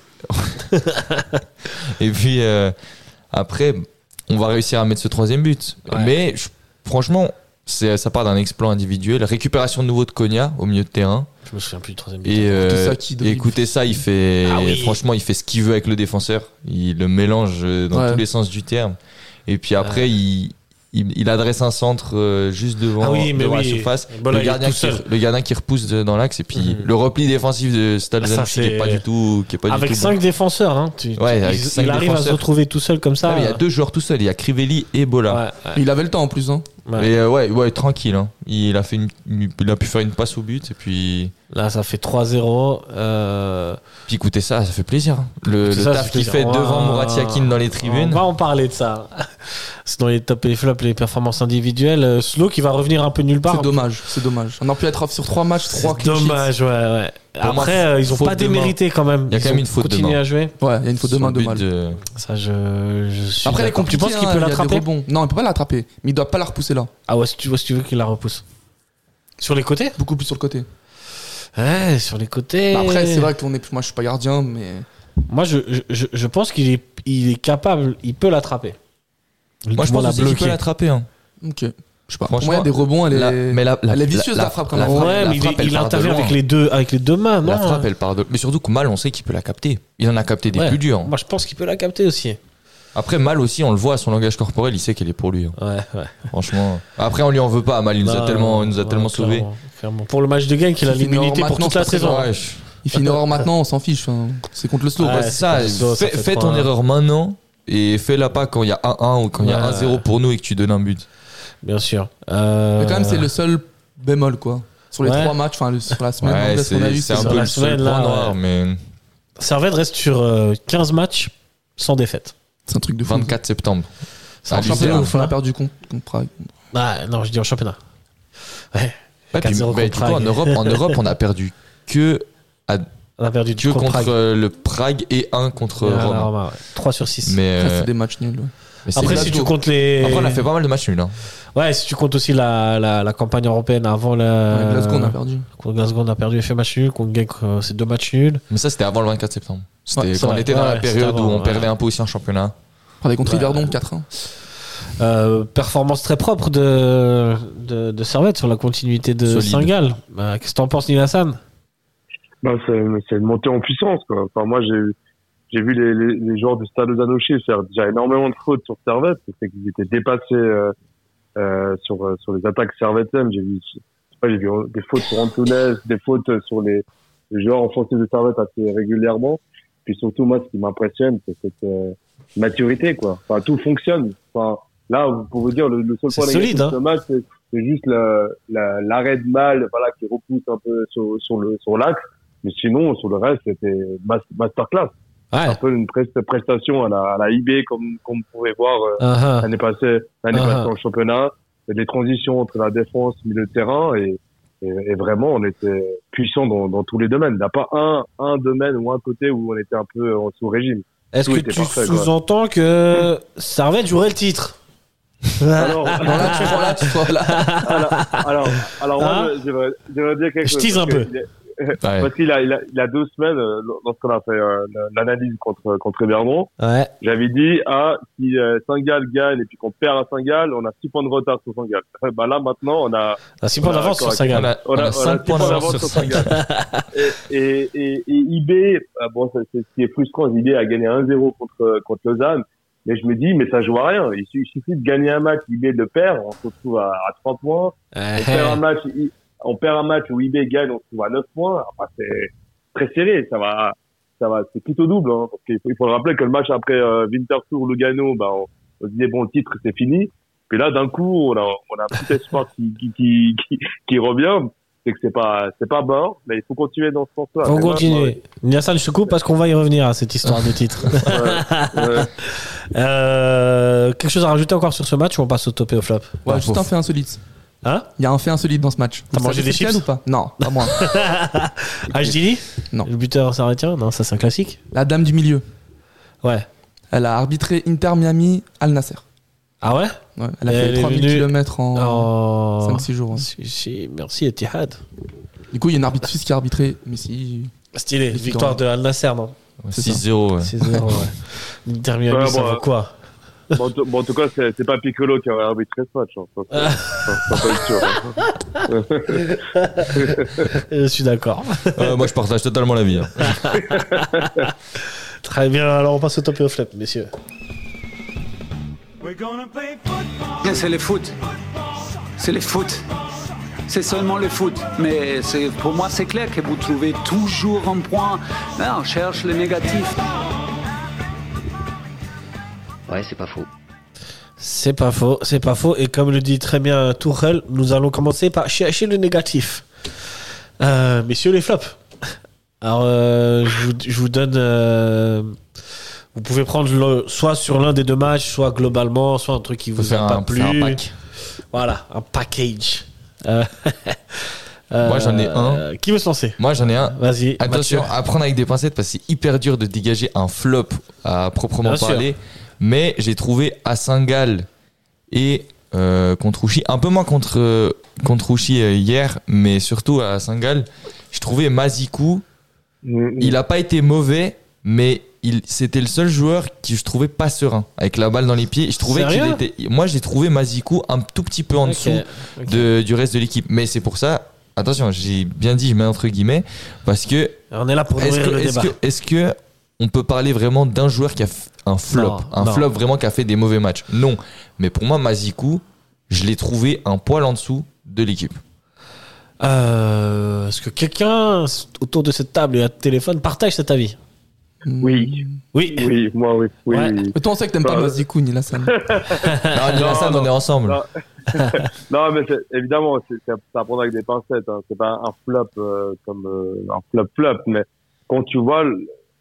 Et puis après, on va réussir à mettre ce troisième but. Mais franchement, ça part d'un exploit individuel. Récupération de nouveau de Konya au milieu de terrain. Je me souviens plus du troisième but. Et écoutez ça, il fait franchement, il fait ce qu'il veut avec le défenseur. Il le mélange dans tous les sens du terme. Et puis après, il adresse un centre juste devant la surface. Le gardien qui repousse dans l'axe et puis le repli défensif de Stade Zanouchi qui est pas du tout avec 5 défenseurs, il arrive à se retrouver tout seul comme ça. Il y a 2 joueurs tout seul, il y a Crivelli et Bola. Il avait le temps en plus. Et tranquille. Il a pu faire une passe au but et puis là ça fait 3-0. Puis écoutez ça fait plaisir. Le taf qu'il fait devant Mourad Yakin dans les tribunes. On va en parler de ça. C'est dans les top et les flops, les performances individuelles. Slow qui va revenir un peu nulle part. C'est dommage. On aurait pu être off sur 3 matchs, 3 clean sheets. Dommage, Après, ils ont pas démérité quand même. Il y a quand même une faute de main. Continué à jouer. Il y a une faute de main de mal. Ça, je suis. Après, les compliqués. Tu penses qu'il peut l'attraper ? Non, il peut pas l'attraper. Mais il doit pas la repousser là. Si tu veux qu'il la repousse. Sur les côtés ? Beaucoup plus sur le côté. Sur les côtés. Après, c'est vrai que moi, je suis pas gardien, mais. Moi, je pense qu'il est capable, il peut l'attraper. Moi, je pense aussi qu'il peut l'attraper. Ok. Je sais pas. Pour moi, il y a des rebonds, elle est vicieuse la frappe quand même. Mais il intervient avec les deux mains. La frappe, elle part de. Mais surtout que Mal, on sait qu'il peut la capter. Il en a capté des plus durs. Moi, je pense qu'il peut la capter aussi. Après, Mal aussi, on le voit, son langage corporel, il sait qu'elle est pour lui. Franchement. Après, on lui en veut pas. Mal, il nous a tellement sauvés. Pour le match de gain, qu'il a l'immunité pour toute la saison. Il fait une erreur maintenant, on s'en fiche. C'est contre le slow. Fais ton erreur maintenant et fais-la pas quand il y a 1-1 ou quand il y a 1-0 pour nous et que tu donnes un but. Bien sûr. Mais quand même, c'est le seul bémol, quoi. Sur les 3 matchs, sur la semaine, c'est un peu le seul point noir, mais. Servette reste sur 15 matchs sans défaite. C'est un truc de fou. 24 septembre. C'est en championnat, on a perdu contre Prague. Ah, non, je dis en championnat. Ouais. Ouais, puis, du coup, en Europe, on a perdu que contre le Prague et un contre Roma. Ouais. 3 sur 6. Mais après, c'est des matchs nuls. Mais après, si tu comptes les. Après, on a fait pas mal de matchs nuls. Hein. Ouais, si tu comptes aussi la campagne européenne avant Glasgow, on a perdu. Contre Glasgow, on a perdu et fait match nul. Contre Genk, c'est 2 matchs nuls. Mais ça, c'était avant le 24 septembre. C'était quand on était dans la période où on perdait un peu aussi en championnat. On a contre Yverdon 4-1. Performance très propre de Servette sur la continuité de Saint-Gall. Qu'est-ce que t'en penses, Nilassan? C'est une montée en puissance, quoi. Enfin, moi, j'ai vu les joueurs du Stade Zanochi faire déjà énormément de fautes sur Servette. C'est qu'ils étaient dépassés sur les attaques servettiennes. J'ai vu des fautes sur Antunes, des fautes sur les joueurs offensifs de Servette assez régulièrement. Puis surtout, moi, ce qui m'impressionne, c'est cette maturité, quoi. Enfin, tout fonctionne. Enfin, là, pour vous dire, le seul point négatif de ce match, c'est juste l'arrêt de Mal, voilà, qui repousse un peu sur l'axe. Mais sinon, sur le reste, c'était masterclass. Ouais. Un peu une prestation à la IB, comme on pouvait voir l'année passée en championnat. Des transitions entre la défense et le terrain, et vraiment, on était puissant dans tous les domaines. Il n'y a pas un domaine ou un côté où on était un peu en sous-régime. Est-ce que tu sous-entends que Servette jouerait le titre? Alors, moi, j'aimerais dire quelque chose. Je tease un peu. Parce qu'il a 2 semaines, lorsqu'on a fait l'analyse contre Yverdon, j'avais dit, si Saint-Gall gagne et puis qu'on perd à Saint-Gall, on a 6 points de retard sur Saint-Gall. Bah là, maintenant, on a 6 points d'avance sur Saint-Gall. On a 5 points d'avance sur Saint-Gall. et IB, bon, c'est ce qui est frustrant, IB a gagné 1-0 contre Lausanne. Mais je me dis, mais ça joue à rien. Il suffit de gagner un match, IB le perd, on se retrouve à 3 points. On perd un match où IB gagne, on se trouve à 9 points. Enfin, c'est très serré. Ça va, c'est plutôt double, hein. Parce qu'il faut rappeler que le match après Winterthur, Lugano, on se disait bon, le titre, c'est fini. Puis là, d'un coup, on a un petit espoir qui revient. C'est que c'est pas mort, mais il faut continuer dans ce sens-là. Faut continuer. Niassan, je te coupe parce qu'on va y revenir à cette histoire de titre. Quelque chose à rajouter encore sur ce match ou on passe au top et au flop? Ouais, juste un fait insolite. Hein? Il y a un fait insolite dans ce match. T'as mangé des chips ou pas? Non, pas moi. Ajdini? Non. Le buteur sarratien? Non, ça c'est un classique. La dame du milieu. Ouais. Elle a arbitré Inter Miami Al Nasser. Ah ouais? Ouais. Elle a fait 3000 km en 5-6 jours. Ouais. Merci Etihad. Du coup, il y a une arbitre suisse qui a arbitré Messi. Stylé. Victoire de Al Nasser, non? 6-0. Ouais. 6-0, ouais. Inter Miami, ça vaut quoi? Bon, en tout cas, c'est pas Piccolo qui aurait arbitré ce match. Hein. Ça peut être sûr. Je suis d'accord. Moi, je partage totalement l'avis. Hein. Très bien, alors on passe au top et au flop, messieurs. C'est le foot. C'est le foot. C'est seulement le foot. Mais pour moi, c'est clair que vous trouvez toujours un point. Non, on cherche le négatif. Ouais, c'est pas faux. C'est pas faux. Et comme le dit très bien Tourelle, nous allons commencer par chercher le négatif. Messieurs les flops. Alors, je vous donne... vous pouvez prendre soit sur l'un des 2 matchs, soit globalement, soit un truc qui vous a pas plu. Un pack. Voilà, un package. Moi, j'en ai un. Qui veut se lancer? Moi, j'en ai un. Vas-y. Attention, Mathieu. à prendre avec des pincettes parce que c'est hyper dur de dégager un flop à proprement parler. Mais j'ai trouvé à Saint-Gall et contre Ouchy, un peu moins contre Ouchy hier, mais surtout à Saint-Gall, j'ai trouvé Mazikou. Il a pas été mauvais, mais c'était le seul joueur qui je trouvais pas serein avec la balle dans les pieds. Je trouvais moi j'ai trouvé Mazikou un tout petit peu en dessous du reste de l'équipe. Mais c'est pour ça, attention, j'ai bien dit, je mets entre guillemets, parce que on est là pour nourrir le débat. Est-ce que on peut parler vraiment d'un joueur qui a un flop, flop vraiment qui a fait des mauvais matchs? Non, mais pour moi Mazikou, je l'ai trouvé un poil en dessous de l'équipe. Est-ce que quelqu'un autour de cette table et à téléphone partage cet avis? Oui, moi oui. Ouais. Mais toi, on sait que t'aimes pas Mazikou ni Lassan. Non, Lassan, on est ensemble. Non, mais évidemment, c'est à prendre avec des pincettes. Hein. C'est pas un flop comme un flop, mais quand tu vois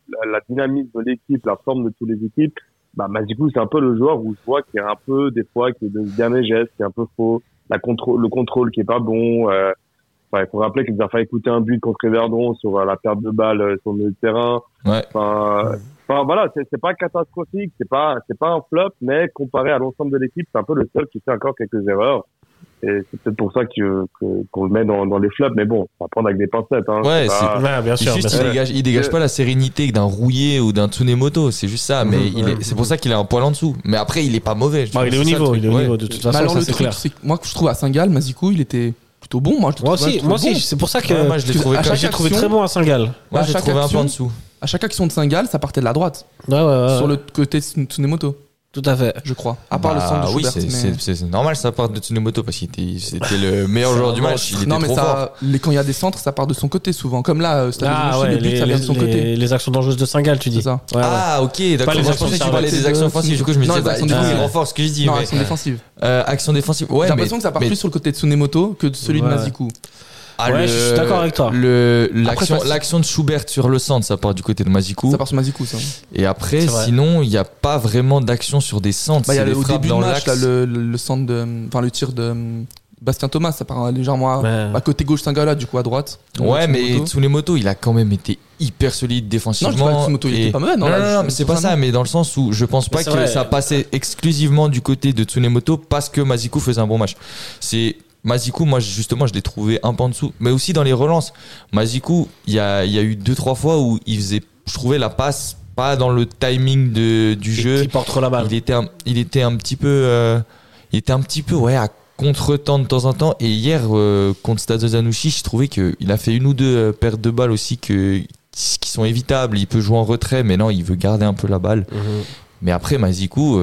la dynamique de l'équipe, la forme de toutes les équipes, Mazikou, c'est un peu le joueur où je vois qu'il y a un peu, des fois, qui donne bien les gestes, qui est un peu faux, le contrôle qui est pas bon. Il faut rappeler qu'il nous a fait écouter un but contre Everdon sur la perte de balle sur le terrain. Ouais. Voilà, c'est pas catastrophique, c'est pas un flop, mais comparé à l'ensemble de l'équipe, c'est un peu le seul qui fait encore quelques erreurs. Et c'est peut-être pour ça qu'on le met dans les flops, mais bon, on va prendre avec des pincettes. Hein. Ouais, bien sûr. Il dégage pas la sérénité d'un Rouillé ou d'un Tsunemoto, c'est juste ça. Mais c'est pour ça qu'il est un poil en dessous. Mais après, il est pas mauvais. Il est au niveau, de toute façon. Alors, ça, le c'est truc, clair. c'est que moi, je trouve à Saint-Gall, Mazikou, il était plutôt bon. Moi aussi, c'est pour ça que moi, je l'ai trouvé j'ai trouvé très bon à Saint-Gall. Moi, j'ai trouvé un peu en dessous. À chaque action de Saint-Gall, ça partait de la droite. Ouais. Sur le côté de Tsunemoto. Tout à fait. Je crois. À part le centre de oui, Schubert. c'est normal, ça part de Tsunemoto parce qu'il c'était le meilleur joueur du match. Il était trop fort. Quand il y a des centres, ça part de son côté souvent. Comme là, le but, ça vient de son côté. Les actions dangereuses de Saint-Gall, tu dis. C'est ça. Ok, d'accord. Moi, je pensais que tu parlais des actions offensives. Du coup, je me disais, il renforce ce que je dis. Non, actions défensives. Action défensive. Ouais, j'ai l'impression que ça part plus sur le côté de Tsunemoto que de celui de Mazikou. Je suis d'accord avec toi. L'action de Schubert sur le centre, ça part du côté de Mazikou. Ça part sur Mazikou, ça. Et après, sinon, il n'y a pas vraiment d'action sur des centres. Il y a au début du match, le centre le tir de Bastien Thomas, ça part légèrement à côté gauche Saint-Gall, du coup à droite. Ouais, mais Tsunemoto, il a quand même été hyper solide défensivement. Non, je crois que Tsunemoto, il était pas mauvais. Non, mais c'est pas ça, mais dans le sens où je pense pas que ça passait exclusivement du côté de Tsunemoto parce que Mazikou faisait un bon match. Mazikou, moi justement, je l'ai trouvé un peu en dessous, mais aussi dans les relances. Mazikou, il y a eu 2-3 fois où il faisait, je trouvais la passe pas dans le timing du jeu. Qui porte trop la balle. Il était un petit peu à contre-temps de temps en temps. Et hier contre Stade Zanouchi, je trouvais qu'il a fait une ou deux pertes de balles aussi qui sont évitables. Il peut jouer en retrait, mais non, il veut garder un peu la balle. Mais après, Mazikou,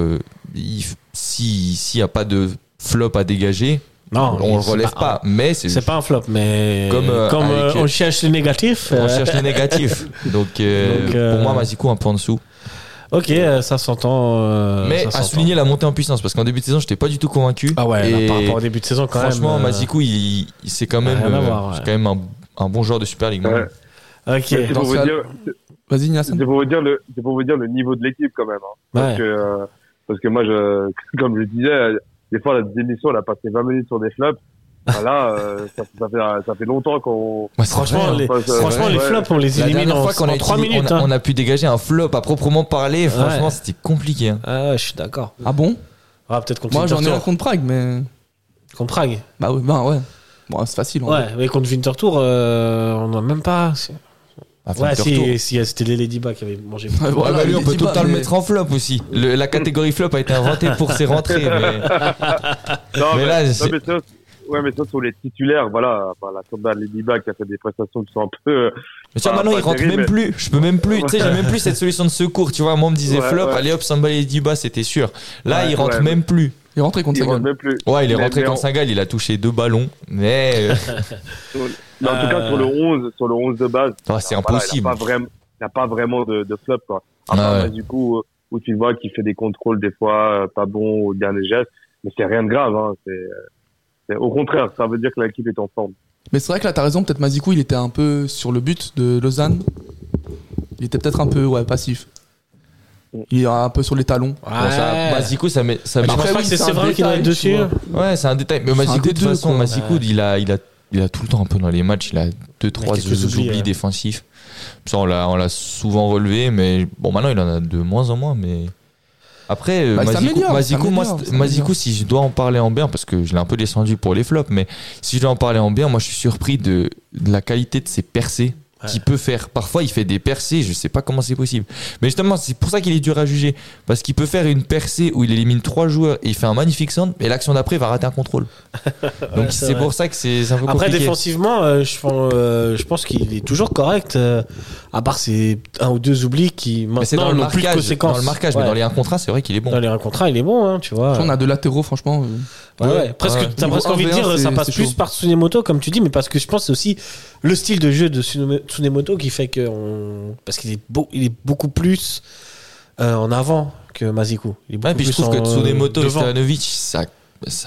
s'il y a pas de flop à dégager. Non, on le relève pas, mais c'est pas un flop, mais comme on cherche les négatifs. On cherche les négatifs. Donc pour moi, Mazikou un peu en dessous. Ok, ça s'entend. Mais à souligner la montée en puissance, parce qu'en début de saison, j'étais pas du tout convaincu. Ah ouais, par rapport au début de saison, quand franchement, même. Mazikou, c'est quand même, c'est quand même un bon joueur de Super League. Ouais. Ok. C'est pour Vas-y, Niassan. C'est pour vous dire le niveau de l'équipe quand même. Hein. Parce que moi, comme je disais, des fois, la émission, elle a passé 20 minutes sur des flops. Là, ça fait longtemps qu'on. Franchement, les flops, on les élimine en 3 minutes. On a pu dégager un flop à proprement parler. Franchement, c'était compliqué. Ah ouais, je suis d'accord. Ah bon? Peut-être contre moi, j'en ai un contre Prague, mais. Contre Prague? Bah ouais. Bon, c'est facile. Ouais, mais contre Winterthur, on n'a même pas. Si, c'était les Ladybugs qui avaient mangé. Lui, on peut tout le temps le mettre en flop aussi. La catégorie flop a été inventée pour ses rentrées. Mais là, mais ça, sur les titulaires, voilà, la Tomba Ladybugs qui a fait des prestations qui sont un peu. Mais tiens, maintenant, il rentre même plus. Je peux même plus. Tu sais, j'ai même plus cette solution de secours. Tu vois, moi, on me disait flop, allez hop, Samba Ladybugs, c'était sûr. Là, il rentre même plus. Il est rentré contre Saint-Gall. Ouais, il est rentré contre Saint-Gall, il a touché 2 ballons, mais. Mais en tout cas, sur le 11 de base. C'est impossible. Il n'y a pas vraiment de flop, quoi. Du coup, où tu vois qu'il fait des contrôles, des fois, pas bons, ou bien des gestes. Mais c'est rien de grave, hein. Au contraire, ça veut dire que l'équipe est en forme. Mais c'est vrai que là, t'as raison, peut-être Mazikou, il était un peu sur le but de Lausanne. Il était peut-être un peu, passif. Il est un peu sur les talons. Mazikou, ça met. Après, c'est vrai qu'il doit être dessus. Ouais, c'est un détail. Mais Mazikou, de toute façon, Mazikou, il a tout le temps un peu dans les matchs, il a 2-3 oublis défensifs. Ça, on l'a souvent relevé, mais bon, maintenant il en a de moins en moins. Mais après, Mazikou, si je dois en parler en bien, parce que je l'ai un peu descendu pour les flops, mais si je dois en parler en bien, moi je suis surpris de la qualité de ses percées. Qu'il peut faire. Parfois, il fait des percées, je sais pas comment c'est possible. Mais justement, c'est pour ça qu'il est dur à juger. Parce qu'il peut faire une percée où il élimine 3 joueurs et il fait un magnifique centre, et l'action d'après, il va rater un contrôle. Donc, c'est pour ça que c'est un peu compliqué. Après, défensivement, je pense qu'il est toujours correct, à part ces 1 ou 2 oublis qui maintenant n'ont plus de conséquences. Dans le marquage, mais dans les 1 contre 1, c'est vrai qu'il est bon. Dans les 1 contre 1, il est bon, hein, tu vois. On a 2 latéraux, franchement. T'as presque envie de dire ça passe plus par Tsunemoto, comme tu dis, mais parce que je pense que c'est aussi le style de jeu de Tsunemoto qui fait que parce qu'il est beaucoup plus en avant que Mazikou. Puis je trouve que Tsunemoto et Stevanovic, ça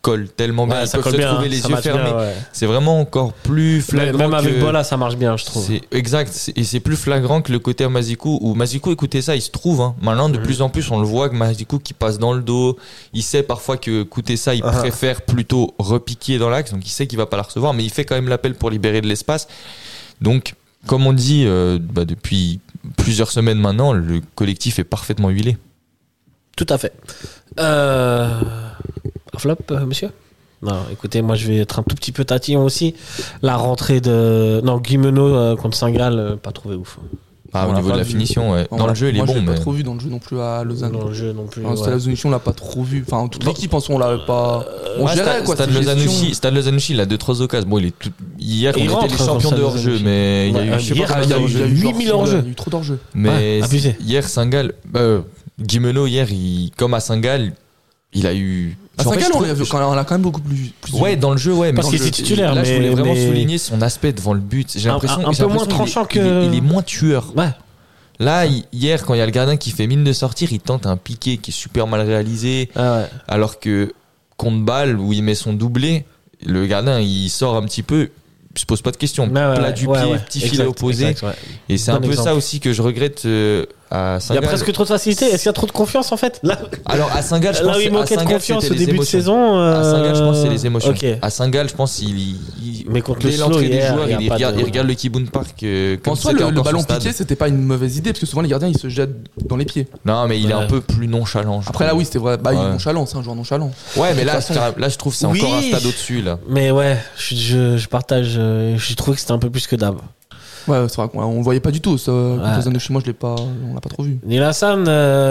colle tellement bien. Ouais, Ils ça peuvent colle se bien, trouver hein, les ça yeux marche fermés. bien, ouais. C'est vraiment encore plus flagrant. Même avec que- Bola, ça marche bien, je trouve. C'est exact, et c'est plus flagrant que le côté à Mazikou, où Mazikou, écoutez ça, il se trouve, hein. Maintenant, de plus en plus, on le voit que Mazikou qui passe dans le dos, il sait parfois que, écoutez ça, il préfère plutôt repiquer dans l'axe, donc il sait qu'il va pas la recevoir, mais il fait quand même l'appel pour libérer de l'espace. Donc, comme on dit, depuis plusieurs semaines maintenant, le collectif est parfaitement huilé. Tout à fait. Un flop, monsieur? Non, écoutez, moi je vais être un tout petit peu tatillon aussi. La rentrée de. Non, Guimeno contre Saint-Gall, pas trouvé ouf. Ah, au niveau de la finition, ouais. Dans le jeu, il est moi, bon, je l'ai mais. pas trop vu dans le jeu non plus à Lausanne. Dans le jeu non plus. Enfin, Stade Lausanne, on l'a pas trop vu. Enfin, toute l'équipe, en soi, on l'a pas. On Ouais, gérait, quoi. Stade cette Lausanne gestion. aussi, Stade Lausanne aussi, il a 2-3 occasions. Bon, hier, Il on rentre, était les hein, champions Stade de hors-jeu, Lausanne mais il y a eu, Ouais, je sais hier, pas il y a combien eu de 8000 hors-jeu. Il y a eu trop d'hors-jeu. Mais abusé. hier, Saint-Gall, Guimeno, hier, comme à Saint-Gall, il a eu. À Saint-Gall, on l'a quand même beaucoup plus. Ouais, dans le jeu, ouais. Parce mais qu'il était titulaire, là, je voulais vraiment mais- souligner son aspect devant le but. J'ai l'impression un peu moins tranchant que. Il est moins tueur. Ouais. Là, hier, quand il y a le gardien qui fait mine de sortir, il tente un piqué qui est super mal réalisé. Ah ouais. Alors que contre balle, où il met son doublé, le gardien, il sort un petit peu. Il se pose pas de questions. Plat du pied, petit filet opposé. Exact, ouais. Et c'est Bon un peu exemple. ça aussi que je regrette à Il y Saint-Gall. a presque trop de facilité. Est-ce qu'il y a trop de confiance en fait? Là, Alors à Saint-Gall, je là pense où il à manquait de Saint-Gall, confiance c'était au les début de émotions. saison. À Saint-Gall, je pense que c'est les émotions. Ok. À Saint-Gall, je pense Mais contre dès le slow l'entrée des hier, joueurs, il y a il pas regarde, de- il regarde le Kibun Park comme En soi, c'était le encore ballon son stade. piqué, c'était pas une mauvaise idée, parce que souvent, les gardiens, ils se jettent dans les pieds. Non, mais il est Ouais. un peu plus nonchalant. je Après, trouve. là, oui, c'était vrai. Bah, il est Ouais. nonchalant, c'est un joueur nonchalant. Ouais, mais De là, toute façon- là, je trouve que c'est Oui. encore un stade au-dessus là. Mais ouais, je partage. J'ai trouvé que c'était un peu plus que d'hab. Ouais, c'est vrai qu'on le voyait pas du tout. Ça, contre Lausanne de chez moi, on l'a pas trop vu. Nilassan,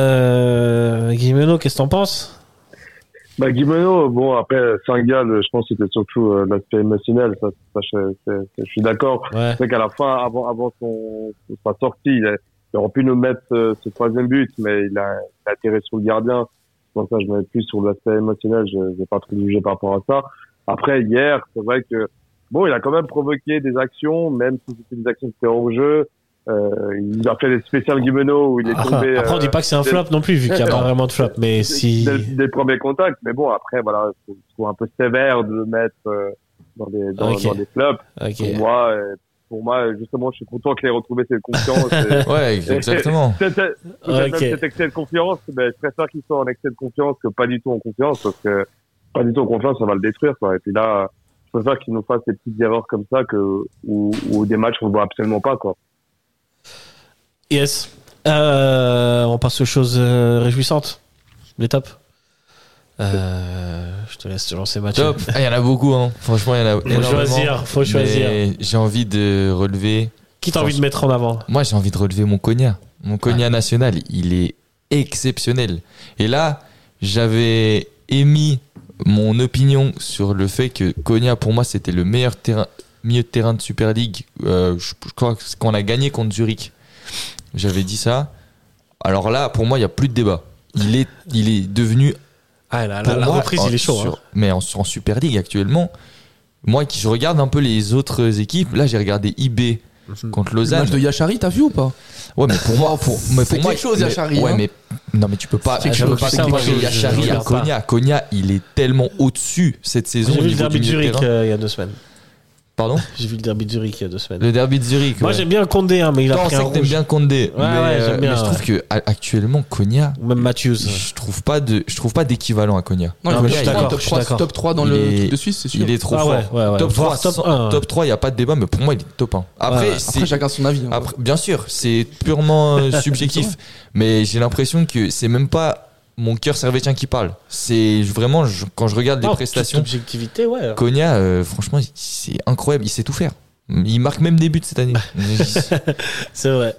Guimeno, qu'est-ce que t'en penses? Guimeno, bon, après, Saint-Gall, je pense que c'était surtout l'aspect émotionnel, ça, je suis d'accord. Ouais. C'est vrai qu'à la fin, avant sa sortie, il aurait pu nous mettre ce troisième but, mais il a atterré sur le gardien. Donc ça, je mets plus sur l'aspect émotionnel, je vais pas trop juger par rapport à ça. Après, hier, c'est vrai que, bon, il a quand même provoqué des actions, même si c'était des actions qui étaient hors jeu. Il a fait des spéciales Guimeno où il est tombé. Après, on dit pas que c'est un flop non plus, vu qu'il n'y a pas vraiment de flop. Mais si. Dès le premier contact, mais bon, après, voilà, je trouve un peu sévère de le mettre dans des flops. Ok. Pour moi, justement, je suis content qu'il ait retrouvé cette confiance. Ouais, exactement. Cet excès de confiance, mais je préfère qu'il soit en excès de confiance que pas du tout en confiance, parce que pas du tout en confiance, ça va le détruire, quoi. Et puis là, je préfère qu'il nous fasse des petites erreurs comme ça ou des matchs qu'on ne voit absolument pas, quoi. Yes. On passe aux choses réjouissantes. Les tops. Je te laisse te lancer, Mathieu. Top. Il y en a beaucoup, hein. Franchement, il y en a énormément. Faut choisir. Mais j'ai envie de relever. Qui t'as envie de mettre en avant? Moi, j'ai envie de relever mon Konya. Mon Konya national, il est exceptionnel. Et là, j'avais émis mon opinion sur le fait que Konya, pour moi, c'était le meilleur milieu de terrain de Super League. Je crois qu'on a gagné contre Zurich. J'avais dit ça. Alors là, pour moi, il n'y a plus de débat. Il est devenu. Ah, la moi, reprise, il est chaud. Hein. Mais en Super League actuellement, moi qui je regarde un peu les autres équipes, là j'ai regardé IB contre Le Lausanne. match de Yachari, t'as vu ou pas? Ouais, mais pour moi, c'est quelque chose, Yachari. Ouais, hein. mais non, mais tu peux pas. C'est quelque Tu peux chose, pas c'est quelque comparer chose. Yachari Je à regarde pas. Konya. Konya, il est tellement au-dessus cette saison. J'ai au vu le niveau derby de du milieu Zurich terrain. il y a 2 semaines. Pardon? J'ai vu le derby de Zurich il y a 2 semaines. Le derby de Zurich. Moi ouais. j'aime bien Condé, hein, mais il a Non, on pris sait un que t'aimes rouge. bien Condé. Ouais, j'aime bien, mais je trouve que actuellement Konya, Ou même Matthews. je trouve pas d'équivalent à Konya. Non, Non, il mais faut je suis top d'accord, 3, je suis d'accord. top 3 dans Il le est- truc de Suisse, c'est sûr. Il est trop Ah fort. ouais. Top 3, Voire top 1. top 3, il n'y a pas de débat, mais pour moi, il est top 1. Après, Ouais. c'est Après, chacun son avis. hein. Après, bien sûr, c'est purement subjectif, mais j'ai l'impression que c'est même pas mon cœur servétien qui parle. C'est vraiment, quand je regarde les prestations, Objectivité, ouais. Konya, franchement, c'est incroyable, il sait tout faire. Il marque même des buts cette année. C'est vrai.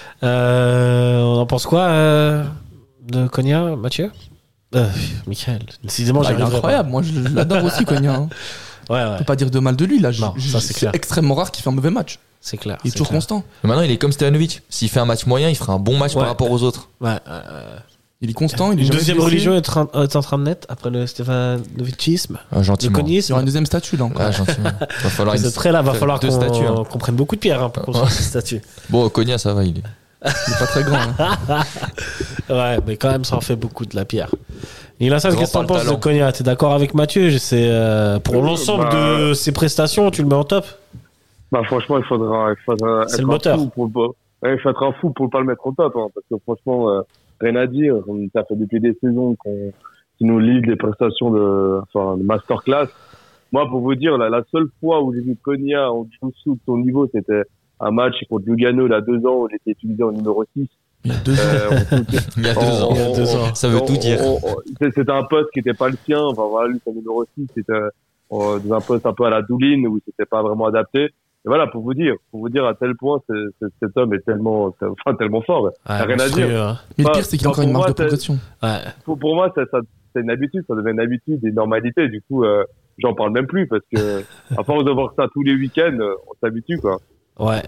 On en pense quoi de Konya, Mathieu? Michael. Décidément, Bah, il est j'arriverai incroyable. Moi, je l'adore aussi, Konya. hein. pas. Ouais, On ouais. peut pas dire de mal de lui. Là, Non, ça, c'est clair. extrêmement rare qu'il fait un mauvais match. C'est clair. Il est c'est toujours clair. constant. Maintenant, il est comme Stevanovic. S'il fait un match moyen, il fera un bon match Ouais. par rapport aux autres. Ouais. Il est constant. Il est Une jamais deuxième blessé. religion est en train de naître après le Stefanovicisme, Ah, le gentiment. Il y conisme. aura une deuxième statue là encore. Ah, gentiment. Va falloir C'est très là, va falloir deux statues, hein. qu'on prenne beaucoup de pierres pour construire cette statue. Bon, Konya, ça va, il est. Il est pas très grand. hein. Ouais, mais quand même, ça en fait beaucoup de la pierre. Il a ça, qu'est-ce que t'en penses de Konya? T'es d'accord avec Mathieu? C'est pour l'ensemble de ses prestations, tu le mets en top? Franchement, il faudra c'est le moteur. Il faut être un fou pour pas le mettre en top, hein, parce que franchement, rien à dire. Ça fait depuis des saisons qu'il nous livre des prestations de masterclass. Moi, pour vous dire, la seule fois où j'ai vu Konya en dessous de son niveau, c'était un match contre Lugano il y a 2 ans où il était utilisé en numéro 6. Il y a 2 ans. Il y a 2 ans. Ça veut tout dire. C'était un poste qui était pas le sien. Enfin, voilà, lui, son numéro 6, c'était dans un poste un peu à la Douline où c'était pas vraiment adapté. Et voilà, pour vous dire à tel point, cet homme est tellement fort. Rien à dire. Mais le pire, c'est qu'il a encore une marge de progression. Pour moi, c'est une habitude, ça devient une habitude, une normalité. Du coup, j'en parle même plus parce que, à force de voir ça tous les week-ends, on s'habitue, quoi. Ouais.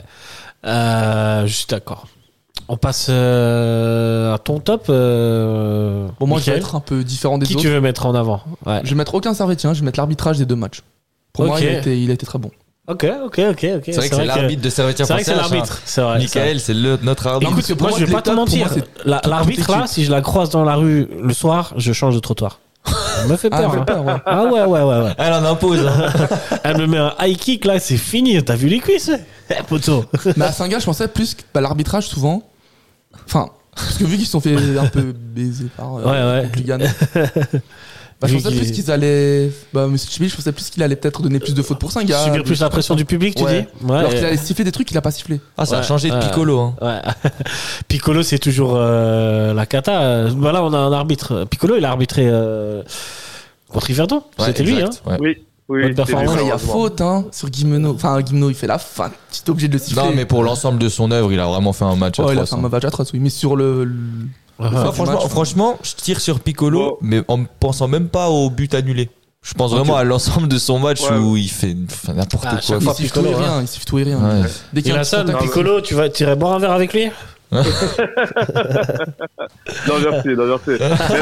Je suis d'accord. On passe à ton top. Bon, moi, je vais être un peu différent des autres. Qui tu veux mettre en avant? Je vais mettre aucun Servetien, je vais mettre l'arbitrage des 2 matchs. Pour moi, il a été très bon. Ok. C'est vrai que c'est l'arbitre de Servetien français. C'est vrai que c'est l'arbitre. C'est vrai. Michael, c'est notre arbitre. Écoute, moi, je vais pas te mentir. L'arbitre, là, si je la croise dans la rue le soir, je change de trottoir. Elle me fait peur. Ouais. Ah ouais. Elle en impose. Elle me met un high kick, là, c'est fini. T'as vu les cuisses? Poteau. Mais à Saint-Gall, je pensais plus que l'arbitrage, souvent. Enfin, parce que vu qu'ils se sont fait un peu baiser par Lugano. Je pensais plus qu'ils allaient. Je pensais plus qu'il allait peut-être donner plus de fautes pour Saint-Gall. Subir plus la pression du public, tu dis? Alors qu'il allait siffler des trucs qu'il a pas sifflé. Ah, ça a changé de Piccolo. Hein. Ouais. Piccolo, c'est toujours la cata. Là, on a un arbitre. Piccolo, il a arbitré contre Yverdon. C'était lui, hein? Oui. Il y a faute sur Guimeno. Enfin, Guimeno, il fait la fin. Tu es obligé de le siffler. Non, mais pour l'ensemble de son œuvre, il a vraiment fait un match atroce. Il a fait un match atroce, oui. Mais sur franchement, je tire sur Piccolo, mais en pensant même pas au but annulé. Je pense vraiment à l'ensemble de son match où il fait n'importe quoi. Il siffle tout et rien. Ouais. Dès qu'il y a ça, Piccolo, tu irais boire un verre avec lui? Non, merci.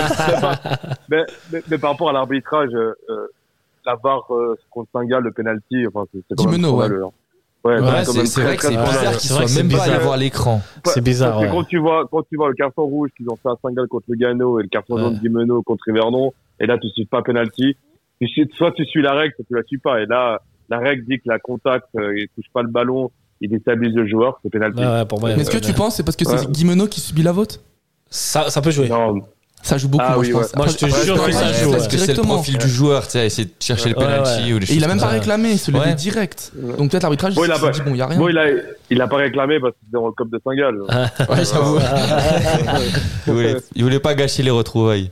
Mais par rapport à l'arbitrage, la barre contre Saint-Gall, le penalty, c'est quand même scandaleux. C'est vrai que c'est bizarre qu'il soit même pas allé voir l'écran. C'est bizarre. Parce que quand tu vois le carton rouge qu'ils ont fait à Saint-Gall contre Lugano et le carton jaune de Guimeno contre Yverdon, et là tu suis pas penalty, soit tu suis la règle, soit tu la suis pas. Et là, la règle dit que la contact, il touche pas le ballon, il déstabilise le joueur, c'est penalty. Mais est-ce que tu penses c'est parce que c'est Guimeno qui subit la faute? Ça peut jouer. Non. Ça joue beaucoup, moi je pense. Moi je te jure que ça joue. Parce que c'est le profil du joueur, tu sais, essayer de chercher le penalty ou les choses. Et il a même pas réclamé, il se levait direct. Donc peut-être l'arbitrage, il s'est dit bon, il y a rien. Bon, il a pas réclamé parce que c'était dans le COP de Saint-Gall. Ouais, j'avoue. Il voulait pas gâcher les retrouvailles.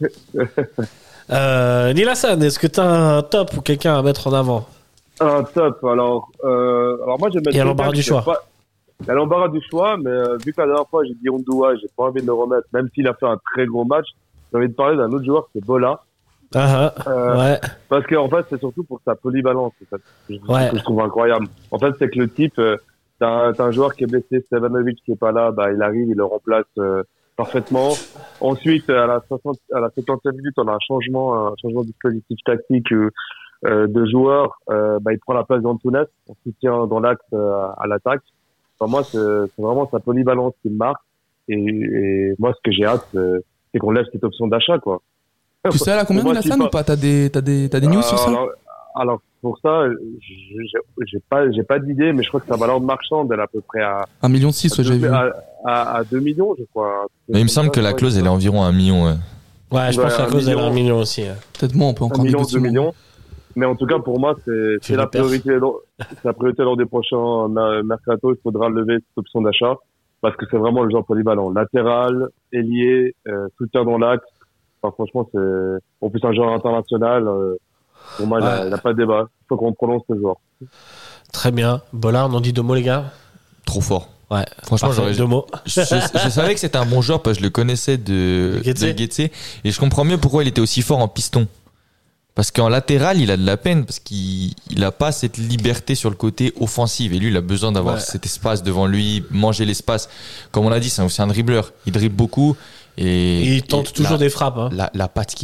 Neil Hassan, est-ce que t'as un top ou quelqu'un à mettre en avant? Un top, alors moi je vais mettre. Il y a l'embarras du choix. Il y a l'embarras du choix, mais vu que la dernière fois j'ai dit Ondoua, j'ai pas envie de le remettre, même s'il a fait un très gros match. J'ai envie de parler d'un autre joueur, c'est Bola. Parce qu'en fait, c'est surtout pour sa polyvalence, que je trouve incroyable. En fait, c'est que le type, t'as un joueur qui est blessé, Stevanovic qui est pas là, il arrive, il le remplace parfaitement. Ensuite, à la 70e minute, on a un changement de dispositif tactique de joueur. Il prend la place d'Antunes, on soutient dans l'axe à l'attaque. Enfin, moi, c'est vraiment sa polyvalence qui me marque. Et moi, ce que j'ai hâte, c'est qu'on lève cette option d'achat, quoi. Tu sais à combien de la scène ou pas? T'as des news sur ça? Alors pour ça, j'ai pas d'idée, mais je crois que sa valeur marchande elle est à peu près à 1,6 million, j'ai vu. À 2 millions, je crois. Mais il me semble que la clause elle est environ 1 million. Ouais, je pense que la clause elle est 1 million aussi. Peut-être moins, on peut encore négocier. 2 millions. Mais en tout cas, pour moi, c'est la priorité. C'est la priorité lors des prochains mercato. Il faudra lever cette option d'achat. Parce que c'est vraiment le genre polyvalent. Latéral, ailier, soutien dans l'axe. Enfin, franchement, c'est, en plus, un joueur international, pour moi, il n'y a pas de débat. Il faut qu'on prononce ce joueur. Très bien. Bollard, on en dit 2 mots, les gars? Trop fort. Ouais. Franchement, j'aurais 2 mots. Je savais que c'était un bon joueur parce que je le connaissais de Guetze. Et je comprends mieux pourquoi il était aussi fort en piston. Parce qu'en latéral, il a de la peine parce qu'il n'a pas cette liberté sur le côté offensif. Et lui, il a besoin d'avoir cet espace devant lui, manger l'espace. Comme on l'a dit, c'est aussi un dribbleur. Il dribble beaucoup. Et il tente toujours des frappes. La patte qu'il a.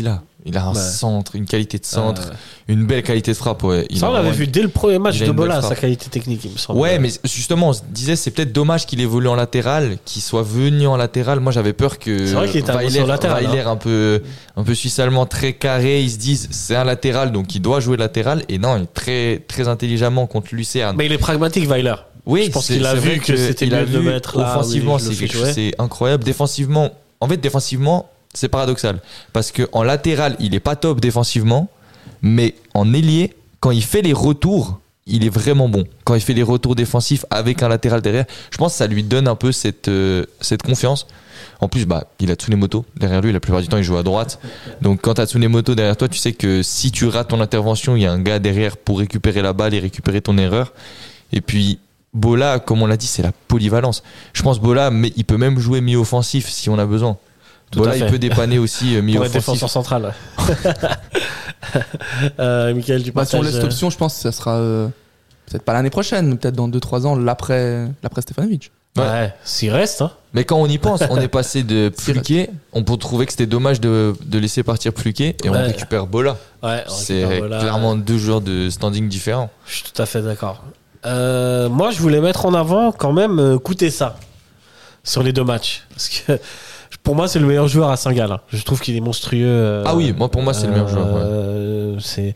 Il a un centre, une qualité de centre, une belle qualité de frappe. Ouais. Ça, on l'avait vu dès le premier match de Bola, sa qualité technique, il me semble. Ouais, mais justement, on se disait, c'est peut-être dommage qu'il évolue en latéral, qu'il soit venu en latéral. Moi, j'avais peur que Weiler un peu suisse-allemand, très carré, ils se disent, c'est un latéral, donc il doit jouer latéral. Et non, il est très, très intelligemment contre Lucerne. Mais il est pragmatique, Weiler. Oui, je pense qu'il a vu que c'était mieux de mettre là. Offensivement, c'est incroyable. Défensivement, c'est paradoxal parce que en latéral, il est pas top défensivement, mais en ailier, quand il fait les retours, il est vraiment bon. Quand il fait les retours défensifs avec un latéral derrière, je pense que ça lui donne un peu cette confiance. En plus, il a Tsunemoto derrière lui. La plupart du temps, il joue à droite. Donc, quand tu as Tsunemoto derrière toi, tu sais que si tu rates ton intervention, il y a un gars derrière pour récupérer la balle et récupérer ton erreur. Et puis Bola, comme on l'a dit, c'est la polyvalence. Je pense Bola, mais il peut même jouer mi-offensif si on a besoin. Bola, il peut dépanner aussi mi-offensif. Pour être défenseur central. Michael, tu penses si on laisse cette option, je pense que ça sera peut-être pas l'année prochaine, mais peut-être dans 2-3 ans, l'après Stefanovic. Ouais, s'il reste. Hein. Mais quand on y pense, on est passé de Pluquet, on peut trouver que c'était dommage de laisser partir Pluquet et on récupère Bola. Ouais, c'est clairement deux joueurs de standing différents. Je suis tout à fait d'accord. Moi, je voulais mettre en avant quand même Koutessa sur les 2 matchs. Parce que pour moi, c'est le meilleur joueur à Saint-Gall. Je trouve qu'il est monstrueux. Ah oui, pour moi, c'est le meilleur joueur. Ouais.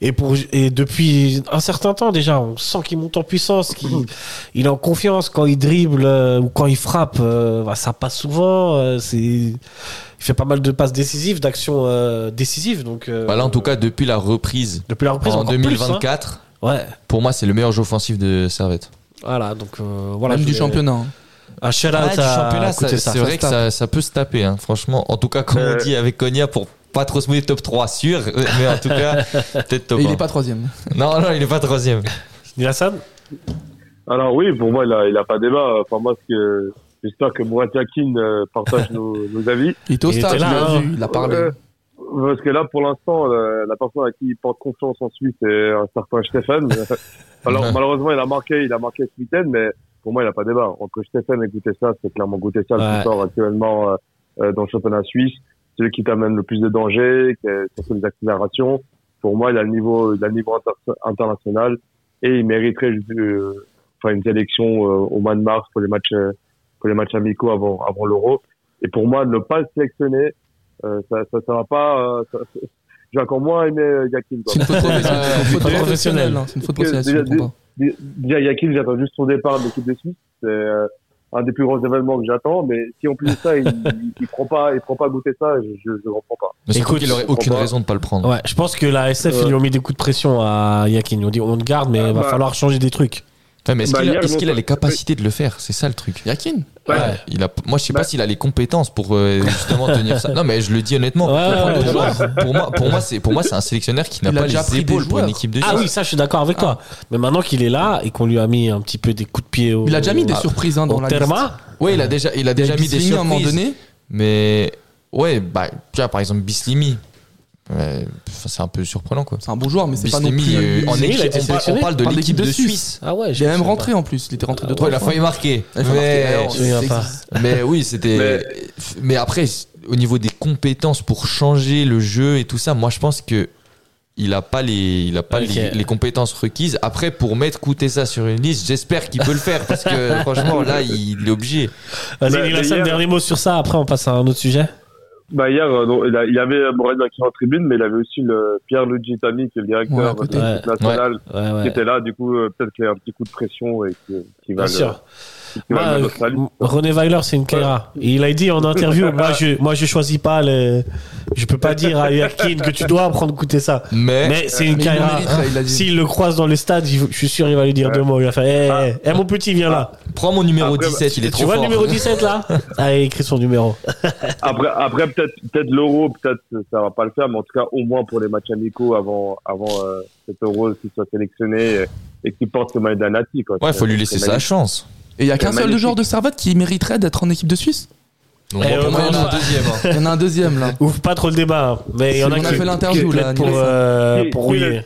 Et depuis un certain temps déjà, on sent qu'il monte en puissance, qu'il est en confiance quand il dribble ou quand il frappe. Ça passe souvent. Il fait pas mal de passes décisives, d'actions décisives. Donc, là, en tout cas, depuis la reprise en 2024, plus, ouais. Pour moi, c'est le meilleur jeu offensif de Servette. Voilà, donc voilà. Même du championnat. Un shout-out du championnat, c'est vrai que ça peut se taper, hein, franchement. En tout cas, comme on dit avec Konya, pour pas trop se mouiller, top 3 sûr, mais en tout cas, peut-être top 1. Et il est pas 3ème. Non, il est pas 3ème. Hassan ? Alors oui, pour moi, il a pas débat. Enfin, moi, j'espère que Mourad Yakin partage nos avis. Il était au stade, il a parlé. Parce que là, pour l'instant, la personne à qui il porte confiance en Suisse, c'est un certain Stéphane. Alors, malheureusement, il a marqué ce week-end, mais pour moi, il n'a pas débat. Entre Stéphane et Koutessa, c'est clairement Koutessa le plus fort actuellement dans le championnat suisse. C'est lui qui t'amène le plus de danger, qui a surtout des accélérations. Pour moi, il a le niveau international et il mériterait une sélection au mois de mars pour les matchs amicaux avant l'Euro. Et pour moi, ne pas le sélectionner, ça va pas. J'ai encore moins aimé Yakin. C'est une faute professionnelle. C'est une faute professionnelle. Déjà, Yakin, j'attends juste son départ de l'équipe de Suisse. C'est un des plus gros événements que j'attends. Mais si en plus de ça, il prend pas goûter ça, je ne comprends pas. Mais écoute, il aurait aucune raison de pas le prendre. Ouais, je pense que la SF, ils lui ont mis des coups de pression à Yakin. Ils ont dit on te garde, mais il va falloir changer des trucs. Ouais, mais est-ce qu'il a les capacités de le faire ? C'est ça le truc. Yakin ? Ouais. Moi, je sais pas s'il a les compétences pour justement tenir ça. Non, mais je le dis honnêtement. Pour moi, c'est un sélectionneur qui n'a pas les épaules pour une équipe de Suisse. Ah oui, ça, je suis d'accord avec toi. Mais maintenant qu'il est là et qu'on lui a mis un petit peu des coups de pied il a déjà mis des surprises dans la liste. Oui, il a déjà mis des surprises. À un moment donné. Mais ouais, tu vois, par exemple, Bislimi. C'est un peu surprenant quoi. C'est un bon joueur, mais c'est pas non plus. On parle de l'équipe de Suisse. Ah ouais, il est même rentré en plus. Il était rentré 2-3 fois. Il a failli marquer. Mais oui, c'était. Mais après, au niveau des compétences pour changer le jeu et tout ça, moi je pense que il a pas les compétences requises. Après, pour mettre Koutessa sur une liste, j'espère qu'il peut le faire parce que franchement là, il est obligé. Vas-y, Nilassan, dernier mot sur ça. Après, on passe à un autre sujet. Hier, il y avait Morel qui est en tribune, mais il avait aussi Pierre Lugitani, qui est le directeur de l'équipe nationale, qui était là. Du coup, peut-être qu'il y a un petit coup de pression et qui va. Bien sûr. René Weiler, c'est une Kaira. Et il a dit en interview, moi je choisis pas je peux pas dire à Yakin que tu dois prendre Koutessa. Mais c'est une Kaira. S'il le croise dans le stade, je suis sûr il va lui dire 2 mots. Il va faire, mon petit, viens là. Prends mon numéro 17, il est trop fort. Tu vois le numéro 17 là? Allez, écris son numéro. Après peut-être l'Euro, peut-être ça va pas le faire, mais en tout cas, au moins pour les matchs amicaux avant cet Euro, qu'il soit sélectionné et qu'il porte le maillot d'Anati. Ouais, faut lui laisser sa chance. Et il y a qu'un seul joueur de Servette qui mériterait d'être en équipe de Suisse. Pour moi, il y en a un deuxième. Il y en a un deuxième là. Ouvre pas trop le débat, mais il y en a qui. On a fait l'interview là pour Rouillet.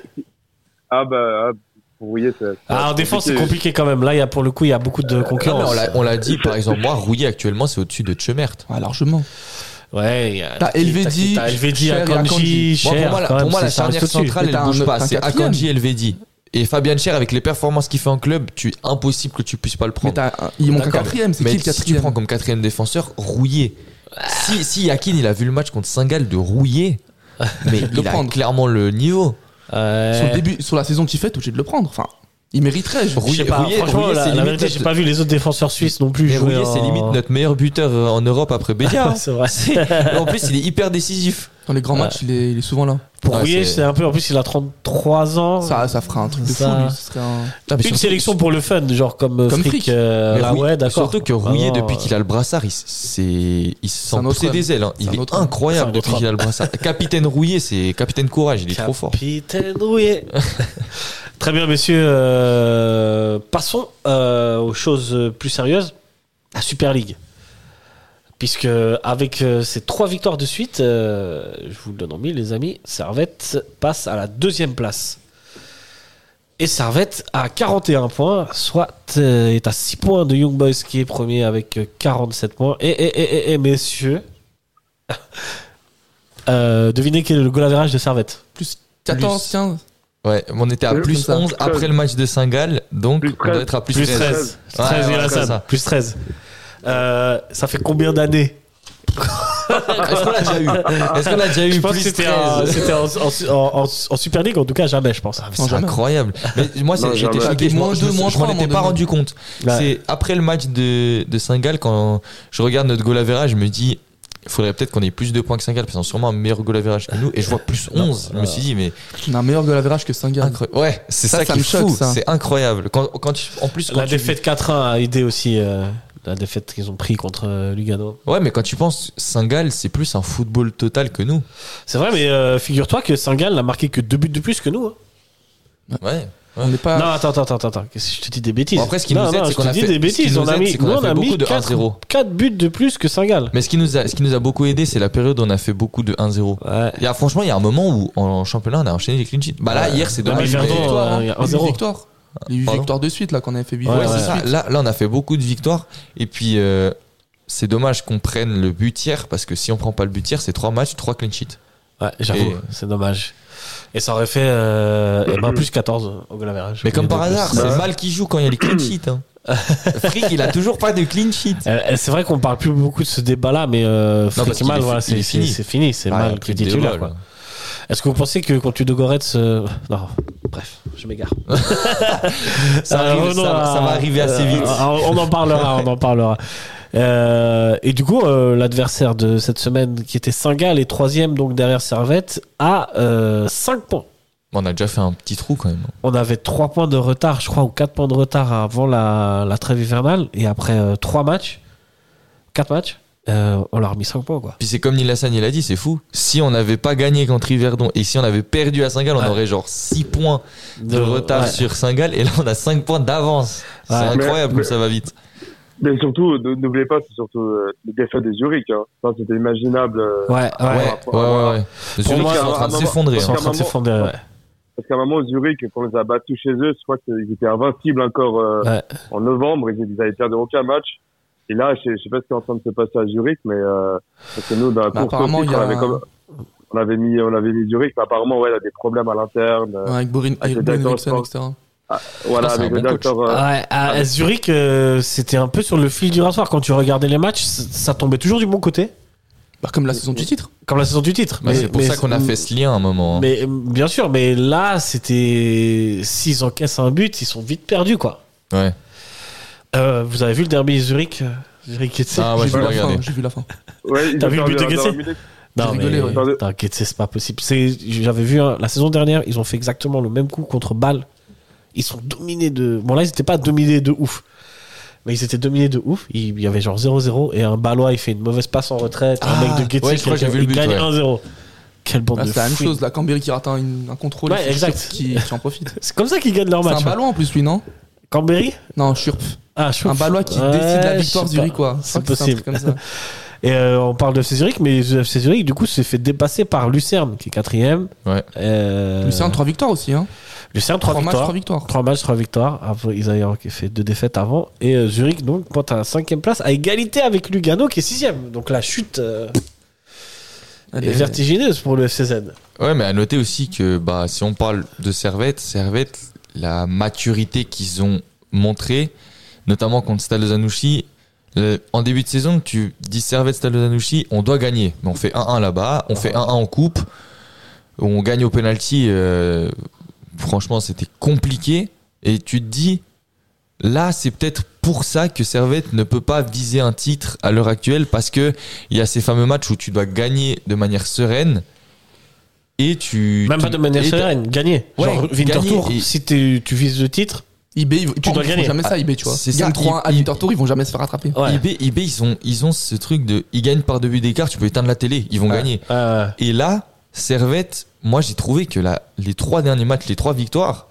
Pour Rouillet, en défense, c'est compliqué quand même. Là, pour le coup, il y a beaucoup de concurrence. On l'a dit, par exemple, moi, Rouillet actuellement, c'est au-dessus de Tchemert. Largement. Ouais, t'as Elvedi, Akanji, Cher. Pour moi, la charnière centrale, elle bouge pas. C'est Akanji, Elvedi. Et Fabien Cher, avec les performances qu'il fait en club, impossible que tu puisses pas le prendre. Mais il manque un quatrième, c'est qui le quatrième? Si tu prends comme quatrième défenseur, Rouillé. Si Yakin, il a vu le match contre Saint-Gall de Rouillé, mais il a clairement le niveau. Sur la saison qu'il fait, t'es obligé de le prendre. Enfin, il mériterait. Rouillé, franchement, la vérité, j'ai pas vu les autres défenseurs suisses non plus. Rouillé, c'est limite notre meilleur buteur en Europe après Bédia. C'est vrai. En plus, il est hyper décisif. Dans les grands matchs, il est souvent là. Pour Rouillé, c'est un peu. En plus, il a 33 ans. Ça fera un truc de fou, lui. Ce serait une sélection pour le fun, genre comme Frick. Ouais, d'accord. Surtout que Rouillé, depuis qu'il a le brassard, il se sent pousser des ailes. Il est incroyable depuis qu'il a le brassard. Capitaine Rouillé, c'est capitaine courage, il est trop fort. Capitaine Rouillé. Très bien, messieurs. Passons aux choses plus sérieuses. La Super League. Puisque avec ces 3 victoires de suite, je vous le donne en mille, les amis, Servette passe à la 2e place. Et Servette a 41 points, soit est à 6 points de Young Boys qui est premier avec 47 points. Et messieurs, devinez quel est le goal average de Servette? Plus 14, 15. Ouais, on était à plus 11 après le match de Saint-Gall, donc on doit être à plus 13. 13, plus 13. Ça fait combien d'années? Est-ce qu'on a déjà eu je pense plus que c'était en Super League, en tout cas jamais, je pense. C'est incroyable. Mais moi, j'étais choqué. Je m'en étais pas rendu compte. C'est après le match de Saint-Gall, quand je regarde notre goal average, je me dis, il faudrait peut-être qu'on ait plus de points que Saint-Gall, parce qu'ils ont sûrement un meilleur goal average que nous. Et je vois plus 11. Je me suis dit, mais. On a un meilleur goal average que Saint-Gall. Ouais, c'est ça qui est fou. C'est incroyable. En plus, la défaite 4-1 a aidé aussi. La défaite qu'ils ont pris contre Lugano. Ouais, mais quand tu penses, Saint-Gall, c'est plus un football total que nous. C'est vrai, mais figure-toi que Saint-Gall n'a marqué que 2 buts de plus que nous. Hein. Ouais. On n'est pas. Non, attends. Je te dis des bêtises. Bon, après, ce qui nous aide, c'est qu'on a fait des bêtises. On a mis beaucoup de 1-0. 4 buts de plus que Saint-Gall. Mais ce qui nous a beaucoup aidé, c'est la période où on a fait beaucoup de 1-0. Ouais. Franchement, il y a un moment où en championnat, on a enchaîné les clean sheets. Bah là, hier, c'est dommage. Il y a 1-0. Victoire. Les 8 victoires de suite là qu'on avait fait 8 c'est ça. Là on a fait beaucoup de victoires et puis c'est dommage qu'on prenne le but hier parce que si on prend pas le but hier c'est 3 matchs 3 clean sheets. Ouais, j'avoue, c'est dommage. Et ça aurait fait plus 14 au goal average. Mais comme par hasard, c'est Mal qui joue quand il y a les clean sheets. Frick, il a toujours pas de clean sheet. C'est vrai qu'on parle plus beaucoup de ce débat là, mais Frick Mal, voilà, c'est fini, c'est Mal qui est titulaire. Est-ce que vous pensez que contre Ludogorets non, bref, je m'égare. ça va arriver assez vite. On en parlera. Et du coup, l'adversaire de cette semaine, qui était Saint-Gall, est 3e donc derrière Servette, a 5 points. On a déjà fait un petit trou quand même. On avait 3 points de retard, je crois, ou 4 points de retard avant la trêve hivernale, et après 4 matchs, on leur a remis 5 points, quoi. Puis c'est comme Neil Hassan, il a dit, c'est fou. Si on n'avait pas gagné contre Yverdon et si on avait perdu à Saint-Gall, on aurait genre 6 points de retard sur Saint-Gall et là on a 5 points d'avance. C'est incroyable comme ça va vite. Mais surtout, n'oubliez pas, c'est surtout le défaite de Zurich. Hein. Ça, c'était imaginable. Ouais. Zurich est en train de s'effondrer. Parce qu'à un moment, Zurich, quand on les a battus chez eux, je crois qu'ils étaient invincibles encore en novembre. Ils avaient perdu aucun match. Et là, je sais pas ce qui est en train de se passer à Zurich, mais parce que nous, dans la course aussi, on avait mis Zurich, mais apparemment, il y a des problèmes à l'interne. Avec Borin Eriksson, etc. Voilà, avec le docteur. À Zurich, c'était un peu sur le fil du rasoir. Quand tu regardais les matchs, ça tombait toujours du bon côté. Comme la saison du titre. C'est pour ça qu'on a fait ce lien à un moment. Mais bien sûr, mais là, c'était s'ils encaissent un but, ils sont vite perdus, quoi. Ouais. Vous avez vu le derby Zurich Getse? Ah ouais, j'ai vu la fin. Ouais, t'as vu le but de Getse? Non, mais t'inquiète, c'est pas possible. J'avais vu la saison dernière, ils ont fait exactement le même coup contre Bâle. Ils sont dominés de. Bon, là, ils n'étaient pas dominés de ouf. Mais ils étaient dominés de ouf. Il y avait genre 0-0 et un Bâlois, il fait une mauvaise passe en retraite. Un mec de Getse qui gagne 1-0. Quelle bande de fous. C'est la même chose, la Cambéry qui rate un contrôle. Ouais, exact. Qui en profite. C'est comme ça qu'ils gagnent leur match. C'est un Bâlois en plus, lui, non? Cambéry? Non, Schurp. Schurp. Un Bâlois qui décide la victoire zurichois. C'est possible. Comme ça. Et on parle de FC Zurich, mais le FC Zurich, du coup, s'est fait dépasser par Lucerne, qui est 4e. Ouais. Lucerne, 3 victoires aussi, hein. Lucerne, 3 victoires. 3 matchs, 3 victoires. Après, ils avaient fait 2 défaites avant. Et Zurich, donc, pointe à la 5e place, à égalité avec Lugano, qui est 6e. Donc la chute est vertigineuse pour le FCZ. Ouais, mais à noter aussi que si on parle de Servette, la maturité qu'ils ont montrée, notamment contre Stade Zanouchi, en début de saison, tu dis Servette, Stade Zanouchi, on doit gagner. Mais on fait 1-1 là-bas, on fait 1-1 en coupe, on gagne au penalty. Franchement, c'était compliqué. Et tu te dis, là, c'est peut-être pour ça que Servette ne peut pas viser un titre à l'heure actuelle, parce que il y a ces fameux matchs où tu dois gagner de manière sereine. Et Même pas de manière sereine, gagner. Ouais, genre Winterthur, si tu vises le titre, IB, tu dois gagner. Ils font jamais ça, IB, tu vois. C'est Ils gagnent 3-1 à Winterthur, ils vont jamais se faire rattraper. Ouais. IB, ils ont ce truc de, ils gagnent par 2 buts d'écart, tu peux éteindre la télé, ils vont gagner. Et là, Servette, moi j'ai trouvé que les 3 derniers matchs, les 3 victoires,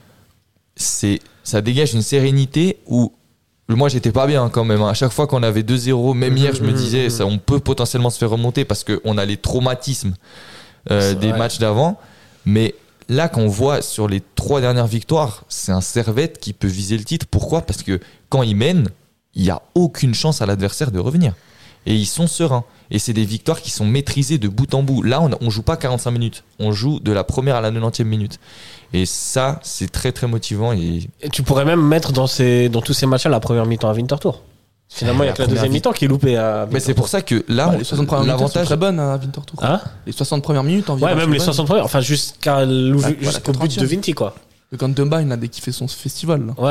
ça dégage une sérénité où moi j'étais pas bien quand même. À chaque fois qu'on avait 2-0, même hier, je me disais, ça, on peut potentiellement se faire remonter parce qu'on a les traumatismes des matchs d'avant. Mais là, quand on voit sur les 3 dernières victoires, c'est un Servette qui peut viser le titre. Pourquoi ? Parce que quand ils mènent, il n'y a aucune chance à l'adversaire de revenir. Et ils sont sereins. Et c'est des victoires qui sont maîtrisées de bout en bout. Là, on joue pas 45 minutes. On joue de la première à la 90e minute. Et ça, c'est très très motivant. Et tu pourrais même mettre dans tous ces matchs-là la première mi-temps à Winterthur. Finalement, il n'y a que la deuxième mi-temps qui est loupée à Winterthur. Mais c'est pour ça que là, les 60 premières minutes sont très bonnes à Winterthur. Les 60 premières minutes environ. Ouais, même les 60 premières. Enfin, jusqu'au but de Vinti, quoi. Le Gantemba, il a dès qu'il fait son festival. Là.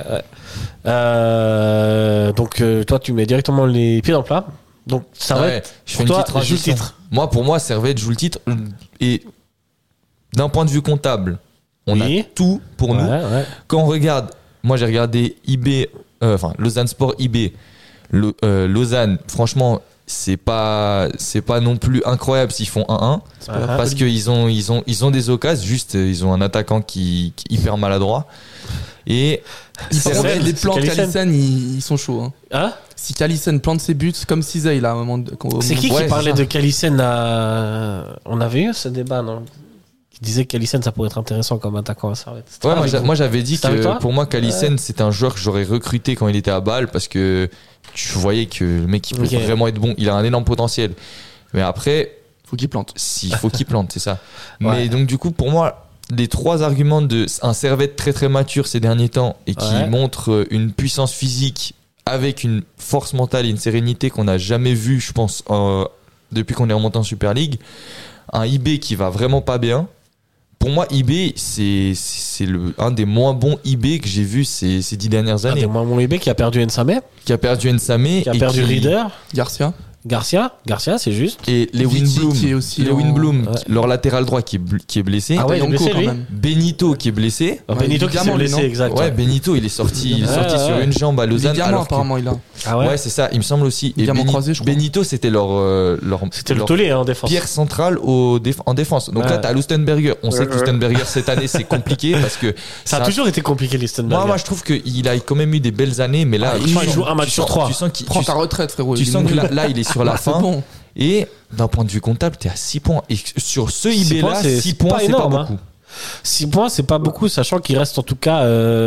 Ouais. Donc, toi, tu mets directement les pieds dans le plat. Donc, Servette, je fais une petite transition. Joue le titre. Pour moi, Servette joue le titre. Et d'un point de vue comptable, on a tout pour nous. Ouais. Quand on regarde, moi j'ai regardé IB, Lausanne Sport IB. Lausanne, franchement, c'est pas non plus incroyable s'ils font 1-1 parce qu'ils ont des occasions, juste ils ont un attaquant qui est hyper maladroit. Et les plans de Calissen, ils sont chauds. Si Calissen plante ses buts comme Cizey là, à un moment c'est qui parlait de Calissen là? On avait eu ce débat, non? Qui disait que Calissen ça pourrait être intéressant comme attaquant à Servette. Moi j'avais dit que pour moi Calissen c'est un joueur que j'aurais recruté quand il était à Bâle, parce que tu voyais que le mec il peut vraiment être bon, il a un énorme potentiel. Mais après, faut qu'il plante. Faut qu'il plante, c'est ça. Mais donc du coup pour moi, les 3 arguments de un Servette très très mature ces derniers temps et qui montre une puissance physique avec une force mentale et une sérénité qu'on n'a jamais vue, je pense, depuis qu'on est remonté en Super League. Un IB qui va vraiment pas bien. Pour moi, IB, c'est un des moins bons IB que j'ai vu ces 10 dernières années. Un des moins bons IB qui a perdu Nsame. Qui a perdu Reader. Garcia, c'est juste. Et Lewin Bloom, qui est aussi leur latéral droit qui est blessé. Ah ouais, il est blessé, lui. Benito qui est blessé. Benito qui s'est blessé, exact. Ouais, Benito, il est sorti sur une jambe à Lausanne. Ligament, apparemment, il a. Ah ouais. Ouais, c'est ça, il me semble aussi. Et croisé, je crois. Benito, c'était c'était le tollé en défense. Pierre central en défense. Donc là, t'as Lustenberger. On sait que Lustenberger cette année, c'est compliqué parce que ça a toujours été compliqué, Lustenberger. Moi, je trouve qu'il a quand même eu des belles années, mais là, il joue un match sur 3. Tu sens qu'il prend ta retraite, frérot. Tu sens que là, il est sur la fin. Et d'un point de vue comptable, t'es à 6 points. Et sur ce IB là, 6 points, c'est pas beaucoup. 6 points, c'est pas beaucoup, sachant qu'il reste en tout cas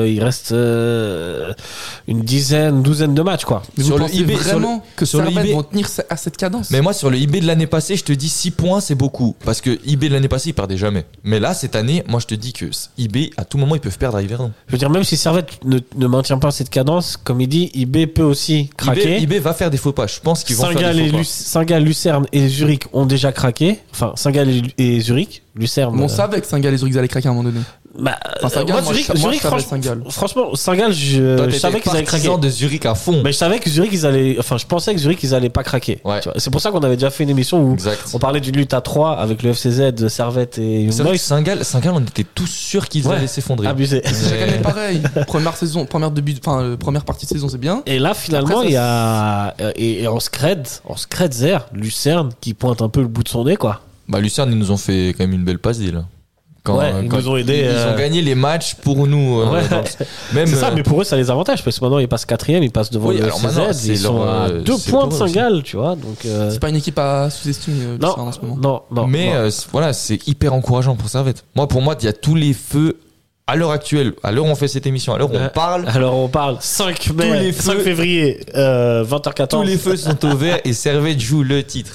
une douzaine de matchs, quoi. Mais sur le IB, vraiment que Servette vont tenir à cette cadence. Mais moi, sur le IB de l'année passée, je te dis 6 points, c'est beaucoup. Parce que IB de l'année passée, ils perdaient jamais. Mais là, cette année, moi, je te dis que IB, à tout moment, ils peuvent perdre à Yverdon. Je veux dire, même si Servette ne maintient pas cette cadence, comme il dit, IB peut aussi craquer. IB va faire des faux pas. Je pense qu'ils vont faire des faux pas. Saint-Gall, Lucerne et Zurich ont déjà craqué. Enfin, Saint-Gall et Zurich. Lucerne. On savait que Saint-Gall et Zurich allaient craquer à un moment donné. Zurich, franchement, Saint-Gall, je savais qu'ils allaient craquer. De Zurich à fond. Mais je savais que Zurich, je pensais que Zurich, ils allaient pas craquer. Ouais. C'est pour ça qu'on avait déjà fait une émission où on parlait d'une lutte à 3 avec le FCZ, Servette et Young Boys. Saint-Gall, on était tous sûrs qu'ils allaient s'effondrer. Abusé. Chaque année, pareil. Première partie de saison, c'est bien. Et là, finalement, il y a, et on scred Zer, Lucerne, qui pointe un peu le bout de son nez, quoi. Lucerne, ils nous ont fait quand même une belle passe là. Ils nous ont aidé. Ils ont gagné les matchs pour nous. C'est ça, mais pour eux, ça les avantage parce que maintenant ils passent 4ème, ils passent devant le FCZ. Ils sont à 2 points de Saint-Gall, tu vois. Donc, c'est pas une équipe à sous-estimer en ce moment. Non. Mais voilà, c'est hyper encourageant pour Servette. Pour moi, il y a tous les feux. À l'heure actuelle, à l'heure où on fait cette émission, à l'heure où on parle. 5 février, 20h14. Tous les feux sont au vert et Servette joue le titre.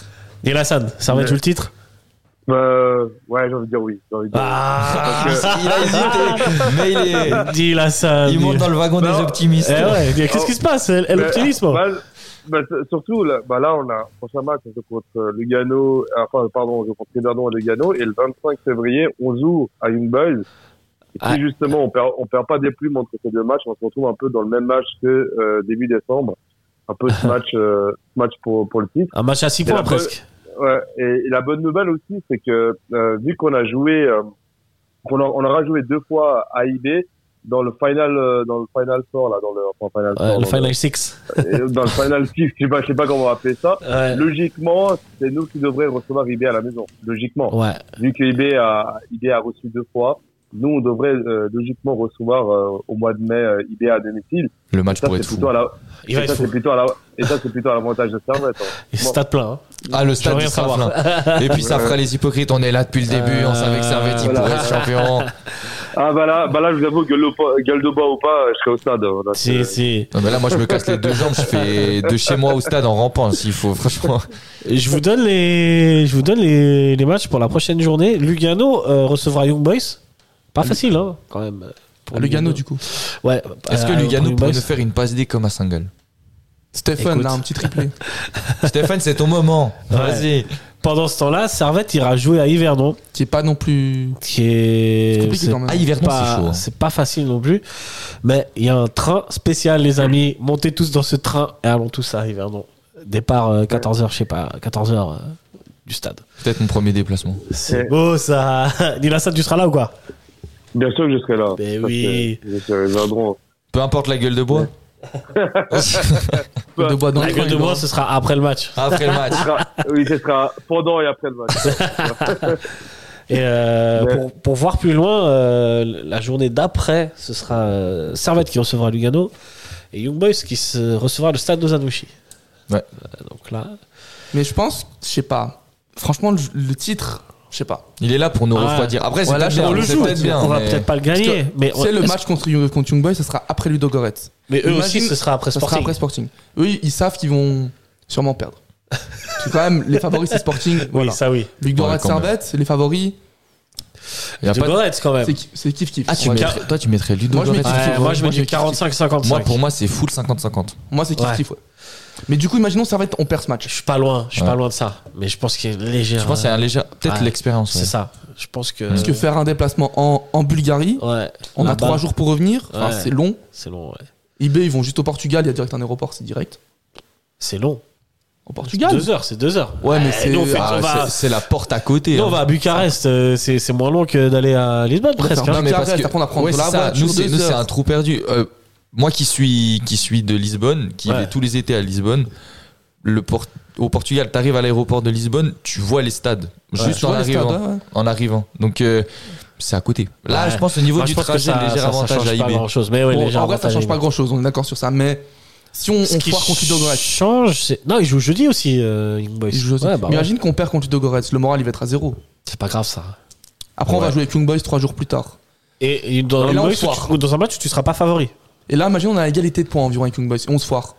Et Hassan, Servette joue le titre? Ouais, j'ai envie de dire oui. Il a hésité, mais il est. Il monte dans le wagon des optimistes. Ouais, qu'est-ce qui se passe? L'optimisme. Surtout, là, on a prochain match contre Lugano, contre Yverdon et Lugano, et le 25 février, on joue à Young Boys. Et si justement on perd pas des plumes entre ces deux matchs, on se retrouve un peu dans le même match que début décembre. Un peu ce match pour le titre. Un match à 6 points presque. Ouais, et la bonne nouvelle aussi, c'est que vu qu'on a joué, on aura joué 2 fois à IB dans le final four là, le final 6. Dans le final 6, je sais pas comment on va appeler ça. Ouais. Logiquement, c'est nous qui devrions recevoir IB à la maison. Logiquement. Ouais. Vu que IB a reçu 2 fois. Nous, on devrait logiquement recevoir au mois de mai IB à domicile. Le match pourrait être fou. C'est plutôt à l'avantage de Servette. Et stade plein. Hein. Ah, le stade sera plein. Et puis ça fera les hypocrites. On est là depuis le début. On savait que Servette il pourrait être champion. Ah bah là, je vous avoue, gueule de bois ou pas, je serai au stade. Là, si. Non mais là, moi, je me casse les 2 jambes. Je fais de chez moi au stade en rampant s'il faut. Franchement. Je vous donne les matchs pour la prochaine journée. Lugano recevra Young Boys. Pas facile, hein, quand même. Pour Lugano, du coup. Ouais. Est-ce que Lugano pourrait nous faire une passe D comme à Saint-Gall? Stéphane, là, un petit triplé. Stéphane, c'est ton moment. Ouais. Vas-y. Pendant ce temps-là, Servette ira jouer à Yverdon. Qui est pas non plus. C'est compliqué quand même. Yverdon, c'est chaud. C'est pas facile non plus. Mais il y a un train spécial, les amis. Montez tous dans ce train et allons tous à Yverdon. Départ 14h, je sais pas, 14h du stade. Peut-être mon premier déplacement. C'est beau ça. Nilassan, tu seras là ou quoi? Bien sûr que je serai là. Mais oui. Peu importe la gueule de bois. La gueule de bois, ce sera après le match. Après le match. Ce sera pendant et après le match. Et pour voir plus loin, la journée d'après, ce sera Servette qui recevra Lugano et Young Boys qui recevra le stade Ozanouchi. Ouais. Donc là. Mais je pense, je sais pas. Franchement, le titre. Je sais pas. Il est là pour nous refroidir. Après, c'est peut-être bien. On va peut-être pas le gagner. Mais c'est le match contre Young Boys, ça sera après Ludogorets. Mais eux aussi, ce sera après Sporting. Eux, ils savent qu'ils vont sûrement perdre. C'est quand même les favoris, c'est Sporting. Voilà. Oui, ça oui. Ludogorets, Servette, c'est les favoris. Ludogorets quand même. C'est kiff-kiff. Ah, toi, tu mettrais Ludogorets. Moi, je mets du 45-55. Moi, pour moi, c'est full 50-50. Moi, c'est kiff-kiff, ouais. Mais du coup, imaginons Servette, on perd ce match. Je suis pas loin de ça. Mais je pense qu'il y a une légère. Je pense qu'il y a un léger. Peut-être l'expérience. C'est ça. Je pense que. Parce que faire un déplacement en Bulgarie, on a 3 jours pour revenir. Enfin, c'est long. C'est long, ouais. IB, ils vont juste au Portugal, il y a direct un aéroport, c'est direct. C'est long. Au Portugal 2 heures, c'est 2 heures. Ouais, mais c'est la porte à côté. Nous, on va à Bucarest, c'est moins long que d'aller à Lisbonne presque. Non, mais parce que après, on apprend la voiture. Nous, c'est un trou perdu. Moi qui suis de Lisbonne, qui vais tous les étés à Lisbonne, au Portugal, t'arrives à l'aéroport de Lisbonne, tu vois les stades juste en arrivant. Donc c'est à côté. Là, je pense au niveau du trajet, léger avantage à IB. En vrai, ça change pas grand chose. On est d'accord sur ça. Mais si on foire contre Ludogorets, non, ils jouent jeudi aussi. Young Boys. Imagine qu'on perd contre Ludogorets, le moral il va être à 0. C'est pas grave ça. Après, on va jouer avec Young Boys 3 jours plus tard. Et dans un match où tu seras pas favori. Et là, imagine, on a égalité de points environ avec Young Boys. Et on se foire.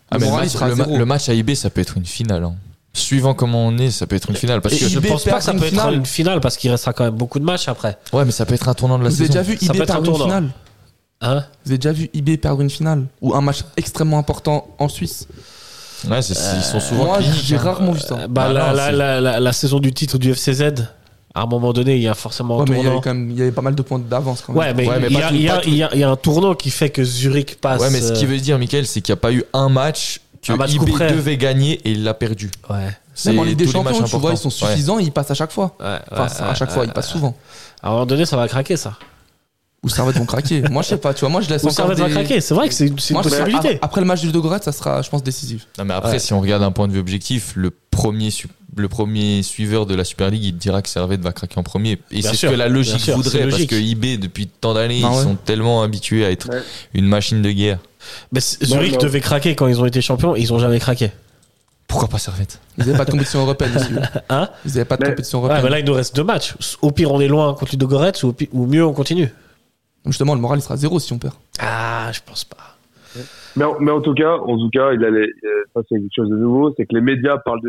Le match à IB, ça peut être une finale. Hein. Suivant comment on est, ça peut être une finale. Parce que je pense pas que ça peut être une finale parce qu'il restera quand même beaucoup de matchs après. Ouais, mais ça peut être un tournant de la saison. Vous avez déjà vu IB perdre une finale? Hein? Vous avez déjà vu IB perdre une finale? Ou un match extrêmement important en Suisse? Ouais, ils sont souvent. Moi, j'ai rarement vu ça. La saison du titre du FCZ. À un moment donné, il y a forcément un tournant. Il y avait pas mal de points d'avance quand même. Ouais, mais il y a un tournant qui fait que Zurich passe. Ouais, mais ce qui veut dire, Mickaël, c'est qu'il n'y a pas eu un match que IB devait gagner et il l'a perdu. Ouais. Même en Ligue des Champions, tu vois, ils sont suffisants et ils passent à chaque fois. À chaque fois, ils passent souvent. À un moment donné, ça va craquer, ça. Ou Servette vont craquer. Moi, je sais pas, tu vois, moi je laisse encore Servette va craquer, c'est vrai que c'est une possibilité. Après le match du Ludogorets, ça sera, je pense, décisif. Non, mais après, si on regarde d'un point de vue objectif, le premier suiveur de la Super League, il dira que Servette va craquer en premier. Et c'est ce que la logique voudrait, parce que IB, depuis tant d'années, ils sont tellement habitués à être une machine de guerre. Mais Zurich devait craquer quand ils ont été champions, ils ont jamais craqué. Pourquoi pas Servette? Ils n'avaient pas de compétition européenne ici. Hein? Ils n'avaient pas de compétition européenne. Ouais, mais là, il nous reste 2 matchs. Au pire, on est loin contre Ludogorets, ou mieux, on continue. Justement, le moral, il sera 0 si on perd. Ah, je pense pas. Mais en tout cas, ça c'est quelque chose de nouveau, c'est que les médias parlent de titre.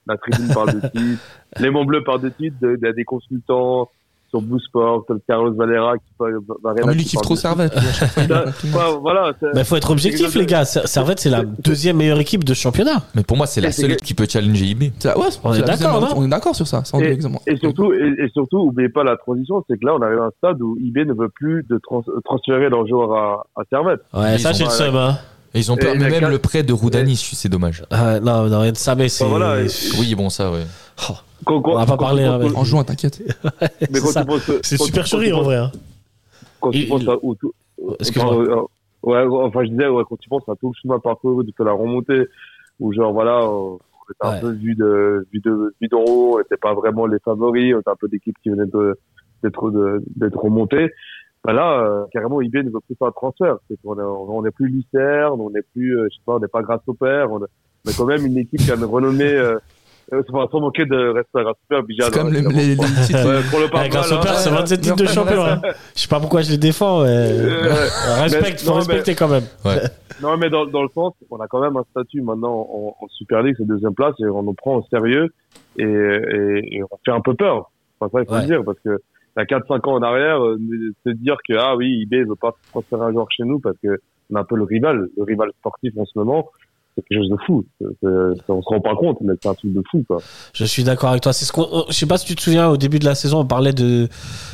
la tribune parle de titre, les Monts Bleus parlent de titre, il y a des consultants sur Blue Sport, comme Carlos Valera qui lui il kiffe trop Servette. Voilà. Mais faut être objectif, les gars. Servette, c'est la deuxième meilleure équipe de championnat. Mais pour moi, c'est la seule qui peut challenger IB. On est d'accord, non? On est d'accord sur ça. Et surtout, oubliez pas la transition, c'est que là, on arrive à un stade où IB ne veut plus de transférer leurs joueurs à Servette. Ouais, ça, j'ai le seum, hein. Et ils ont perdu même le prêt de Roudani, c'est dommage. Non, rien de ça, mais c'est. Oui, bon, ça, ouais. On va pas parler en juin, t'inquiète. Mais c'est super chéri en vrai. Hein. Quand tu penses à excuse-moi. Enfin, je disais, quand tu penses à tout le chemin parcouru de la remontée, où genre voilà, on était un peu vu d'en haut, on n'était pas vraiment les favoris, on était un peu d'équipes qui venaient d'être remontées. Bah là, carrément, IB ne veut plus faire de transfert. On n'est plus Lucerne, on n'est plus, je sais pas, on n'est pas Grasshopper, on est quand même une équipe qui a une renommée. Sans manquer de respect à Grasshopper, Bijan. C'est comme les titres. Pour le parc, Grasshopper, c'est 27 titres de champion. Hein. Je sais pas pourquoi je les défends. Faut respecter quand même. Ouais. Non, mais dans le sens, on a quand même un statut maintenant en Super League, c'est deuxième place, et on nous prend au sérieux, et on fait un peu peur. Enfin, ça, il faut le dire, parce que il y a 4-5 ans en arrière, se dire que, ah oui, IB veut pas transférer un joueur chez nous parce que on a un peu le rival sportif en ce moment. C'est quelque chose de fou. On se rend pas compte, mais c'est un truc de fou, quoi. Je suis d'accord avec toi. C'est je sais pas si tu te souviens, au début de la saison, on parlait de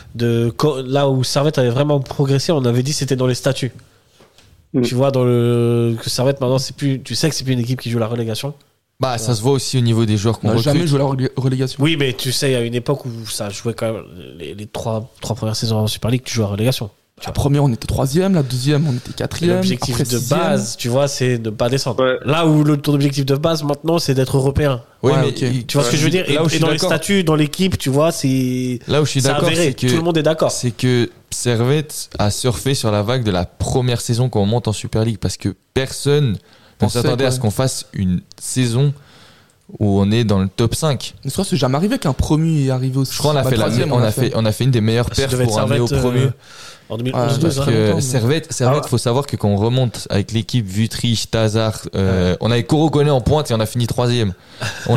là où Servette avait vraiment progressé, on avait dit que c'était dans les statuts. Tu vois, que Servette, maintenant, tu sais que c'est plus une équipe qui joue la relégation. Bah, ça se voit aussi au niveau des joueurs qu'on recrute. On n'a jamais joué la relégation. Oui, mais tu sais, il y a une époque où ça jouait quand même les trois premières saisons en Super League, tu joues à la relégation. La première, on était 3e, la deuxième, on était 4e. L'objectif de base, tu vois, c'est de ne pas descendre. Ouais. Là où ton objectif de base, maintenant, c'est d'être européen. Oui, mais tu vois ce que je veux dire? Et dans les statuts, dans l'équipe, tu vois, c'est. Là où je suis d'accord, c'est que tout le monde est d'accord. C'est que Servette a surfé sur la vague de la première saison quand on monte en Super League parce que personne ne s'attendait à ce qu'on fasse une saison où on est dans le top 5. Je crois que c'est jamais arrivé qu'un promu est arrivé aussi. Je crois qu'on a fait une des meilleures perfs pour un néo-promu. En 2011, parce que Servette, faut savoir que quand on remonte avec l'équipe Vutriche, Tazar, on avait Corocone en pointe et on a fini 3e. Il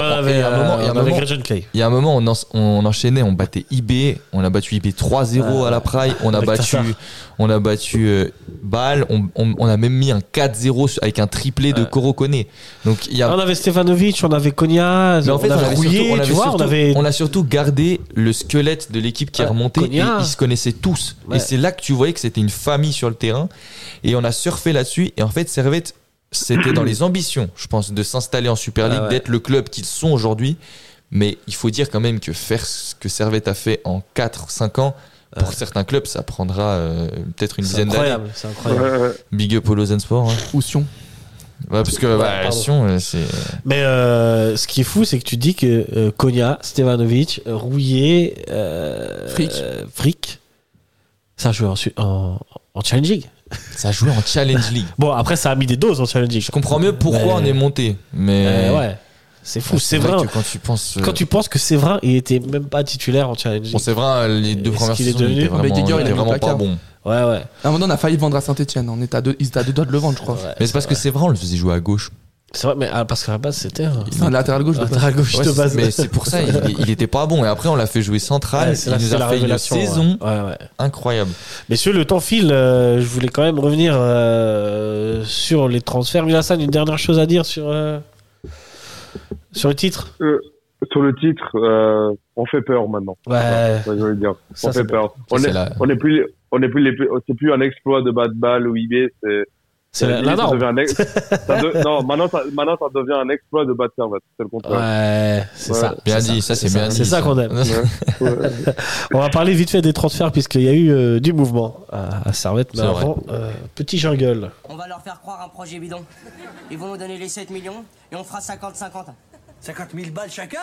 y a un moment, on enchaînait, on battait IB, on a battu IB 3-0 à la Praille, on a battu Bâle, on a même mis un 4-0 avec un triplé de Corocone. Donc on avait Stefanovic, on avait Konya, mais en fait, on a surtout gardé le squelette de l'équipe qui est remontée et ils se connaissaient tous. Et c'est là que tu voyais que c'était une famille sur le terrain. Et on a surfé là-dessus. Et en fait, Servette, c'était dans les ambitions, je pense, de s'installer en Super League, d'être le club qu'ils sont aujourd'hui. Mais il faut dire quand même que faire ce que Servette a fait en 4-5 ans, pour certains clubs, ça prendra peut-être une dizaine d'années. C'est incroyable. Big up au Lausanne Sport. Hein. Ou Sion. Ouais, parce que Sion, c'est. Mais ce qui est fou, c'est que tu dis que Konya, Stevanovic, Rouillet, Frick, ça a joué en Challenge League. Ça a joué en Challenge League. Bon, après, ça a mis des doses en Challenge League. Je comprends mieux pourquoi on est monté. Mais ouais. C'est fou, Séverin. Quand tu penses que Séverin, il était même pas titulaire en Challenge League. Bon, Séverin, les deux premières saisons, il était vraiment pas bon. Ouais. À un moment, on a failli vendre à Saint-Etienne. Ils étaient à 2 doigts de le vendre, je crois. Mais c'est parce que Séverin, on le faisait jouer à gauche. C'est vrai, mais parce qu'à la base, c'était un latéral gauche de base. Mais c'est pour ça, il était pas bon. Et après, on l'a fait jouer central. Il nous a fait une saison incroyable. Messieurs, le temps file. Je voulais quand même revenir sur les transferts. Villassane, une dernière chose à dire sur le titre. Sur le titre, on fait peur maintenant. Ouais. Ça, je veux dire. On fait peur. C'est plus un exploit de Bad-Ball ou IB, c'est la norme. Maintenant ça devient un exploit de Bad Servette. C'est le contraire. Ouais, c'est ça. Bien dit, ça c'est bien dit. C'est ça qu'on aime. On va parler vite fait des transferts puisqu'il y a eu du mouvement à Servette. Mais avant, petit jungle. On va leur faire croire un projet bidon. Ils vont nous donner les 7 millions et on fera 50-50. 50 000 balles chacun?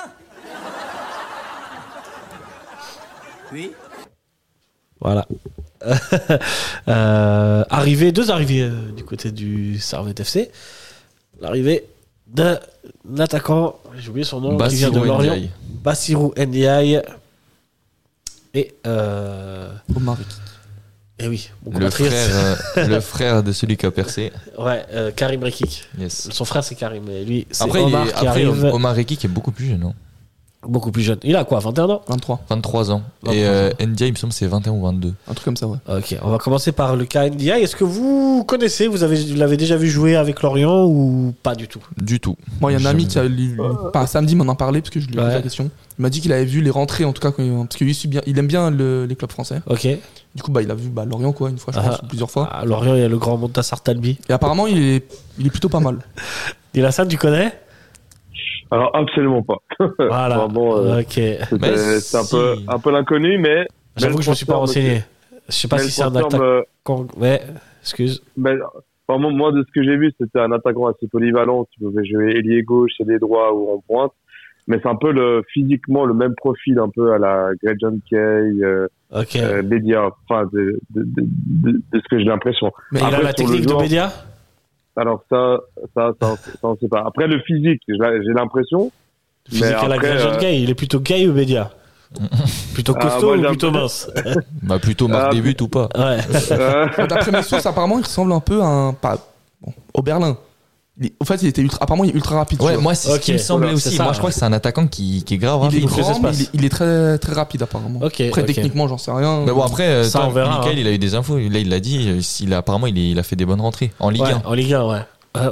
Oui. Voilà. Deux arrivées du côté du Servette FC. L'arrivée d'un attaquant, j'ai oublié son nom, qui vient de Lorient, Bassirou Ndiaye et Et oui, le frère de celui qui a percé. Ouais, Karim Rekik. Yes. Son frère c'est Karim, mais lui c'est après, Omar qui arrive. Omar Rekik est beaucoup plus jeune, non? Beaucoup plus jeune. Il a quoi, 21 ans? 23 ans. 23 et Ndiaye, il me semble, c'est 21 ou 22. Un truc comme ça, ouais. Ok, on va commencer par le cas Ndiaye. Est-ce que vous connaissez, vous l'avez déjà vu jouer avec Lorient ou pas du tout? Du tout. Moi, il y a un ami qui samedi m'en a parlé parce que je lui ai posé la question. Il m'a dit qu'il avait vu les rentrées, en tout cas, parce qu'il aime bien les clubs français. Ok. Du coup, il a vu Lorient, quoi, une fois, je pense, plusieurs fois. À Lorient, il y a le grand Montassar Talbi. Et apparemment, il est plutôt pas mal. Nilassan, tu connais? Alors, absolument pas. Voilà. Vraiment, ok. C'est un peu l'inconnu, mais. J'avoue que je me suis pas renseigné. Je sais pas si c'est un attaquant. Ouais, excuse. Mais, moi, de ce que j'ai vu, c'était un attaquant assez polyvalent qui pouvait jouer ailier gauche, ailier droit ou en pointe. Mais c'est un peu physiquement le même profil, un peu à la Greg John Kay, Bédia. Enfin, de ce que j'ai l'impression. Mais il a la technique de Bédia? Alors ça, on sait pas. Après, le physique, j'ai l'impression. Le physique à la Greg John Kay, il est plutôt gay ou Bédia? Plutôt costaud ou plutôt mince? Plutôt marque des buts ou pas. Ouais. D'après mes sources, apparemment, il ressemble un peu au Berlin. En fait, apparemment, il est ultra rapide. Ouais, moi, c'est ce qui me semblait aussi. Moi, je crois que c'est un attaquant qui est grave rapide. Il est grand, mais il est très, très rapide, apparemment. Après, techniquement, j'en sais rien. Mais bon, après, ça, on verra, Mickaël, il a eu des infos. Là, il l'a dit. Apparemment, il a fait des bonnes rentrées. En Ligue 1. En Ligue 1, ouais.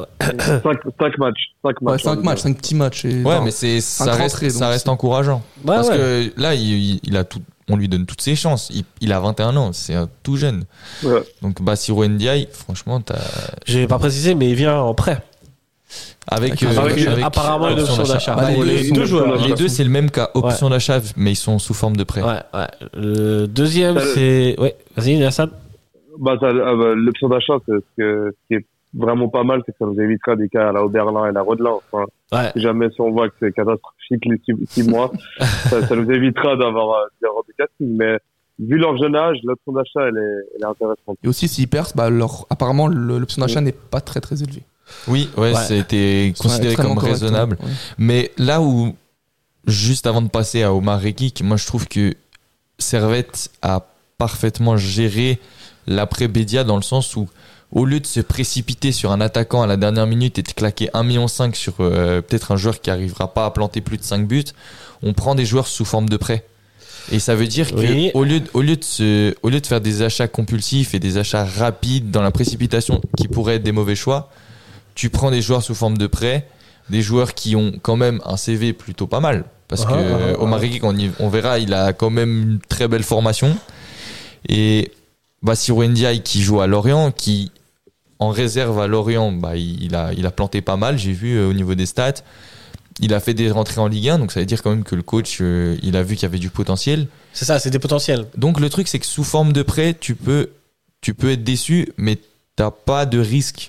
5 matchs. 5 petits matchs. Ouais, mais ça reste encourageant. Parce que là, il a tout. On lui donne toutes ses chances. Il a 21 ans, c'est un tout jeune. Ouais. Donc, Bassirou Ndiaye, franchement, j'ai pas précisé, mais il vient en prêt. Avec apparemment une option d'achat. Les deux joueurs. Les deux, c'est le même cas, option d'achat, mais ils sont sous forme de prêt. Ouais. Le deuxième, c'est. Ouais, vas-y, Hassan. L'option d'achat, ce qui est vraiment pas mal, c'est que ça nous évitera des cas à la Oberlin et la Rodelin. Enfin, si jamais on voit que c'est catastrophique les 6 mois, ça nous évitera d'avoir des castings. Mais vu leur jeune âge, l'option d'achat, elle est intéressante. Et aussi, s'ils percent, apparemment, l'option d'achat n'est pas très très élevée. Oui, ça a été considéré comme raisonnable. Ouais. Mais là où, juste avant de passer à Omar Rekik, moi je trouve que Servette a parfaitement géré l'après Bédia dans le sens où, au lieu de se précipiter sur un attaquant à la dernière minute et de claquer 1,5 million sur peut-être un joueur qui n'arrivera pas à planter plus de 5 buts, on prend des joueurs sous forme de prêt. Et ça veut dire que au lieu de faire des achats compulsifs et des achats rapides dans la précipitation qui pourraient être des mauvais choix, tu prends des joueurs sous forme de prêt, des joueurs qui ont quand même un CV plutôt pas mal. Parce que Omar Rekik, on verra, il a quand même une très belle formation. Et Bassirou Ndiaye qui joue à Lorient, qui en réserve à Lorient, il a planté pas mal, j'ai vu au niveau des stats. Il a fait des rentrées en Ligue 1, donc ça veut dire quand même que le coach, il a vu qu'il y avait du potentiel. C'est ça, c'est des potentiels. Donc le truc, c'est que sous forme de prêt, tu peux être déçu, mais t'as pas de risque.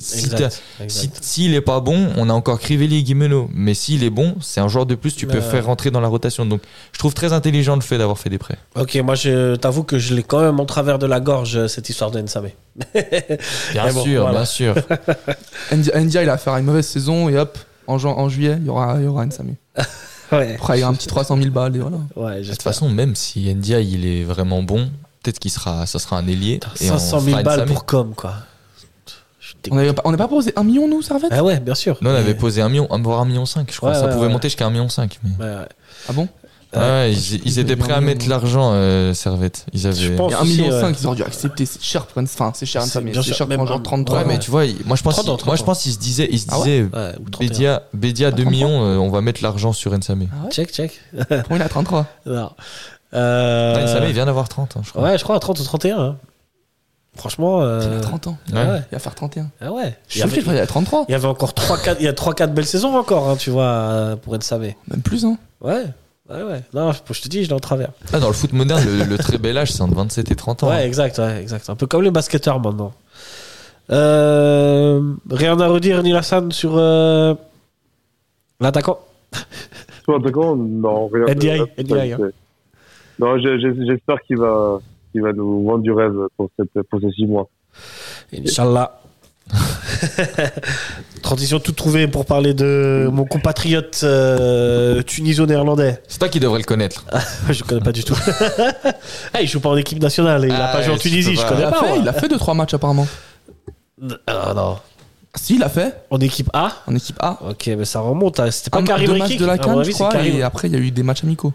S'il est pas bon, on a encore Crivelli et Guimeno, mais s'il est bon, c'est un joueur de plus, tu peux faire rentrer dans la rotation. Donc je trouve très intelligent le fait d'avoir fait des prêts. Ok, moi je t'avoue que je l'ai quand même en travers de la gorge, cette histoire de Nsame. Bien sûr. Ndiaye, il a fait une mauvaise saison et hop, en juillet, il y aura Nsame. Ouais. Après, il y a un petit 300 000 balles et voilà. Ouais, de toute façon, même si Ndiaye il est vraiment bon, peut-être ça sera un ailier. 500 000 balles pour com, quoi. On n'a pas posé 1 million, nous, Servette? Ah ouais, bien sûr. Nous, on avait posé 1,5 million, voire 1,5 million, je crois. Ça pouvait monter jusqu'à 1,5 million. Mais... Ah bon? Ils étaient prêts à mettre l'argent, Servette. Ils avaient... Je pense 1,5 million, ils auraient dû accepter. C'est cher pour c'est cher, mais c'est cher pour un genre 33. Ouais, mais tu vois, moi je pense qu'ils se disaient Bédia 2 millions, on va mettre l'argent sur Nsame. Check. Pour il a 33. Non. Nsame, il vient d'avoir 30, je crois. Ouais, je crois à 30 ou 31. Franchement. Il a 30 ans. Ouais. Il va faire 31. Ah ouais. Je suis il a 33. Il y avait encore 3-4 belles saisons encore, tu vois, pour Nsame. Même plus, hein. Ouais. Non, je te dis, je l'ai en travers. Dans le foot moderne, le très bel âge, c'est entre 27 et 30 ans. Ouais, exact. Un peu comme les basketteurs maintenant. Rien à redire, Nilassan, sur l'attaquant? Sur l'attaquant, non, rien. Ndiaye. Non, j'espère qu'il va nous vendre du rêve pour ces 6 mois. Inch'Allah. Transition toute trouvée pour parler de mon compatriote tuniso-néerlandais. C'est toi qui devrais le connaître. Je connais pas du tout. Il joue pas en équipe nationale. Il a pas joué en Tunisie. Je connais pas. Il a fait 2-3 matchs apparemment. Non. Si, il a fait. En équipe A. En équipe A. Ok, mais ça remonte. C'était pas Karim 2 Rekik matchs de la CAN, je crois. Et après, il y a eu des matchs amicaux.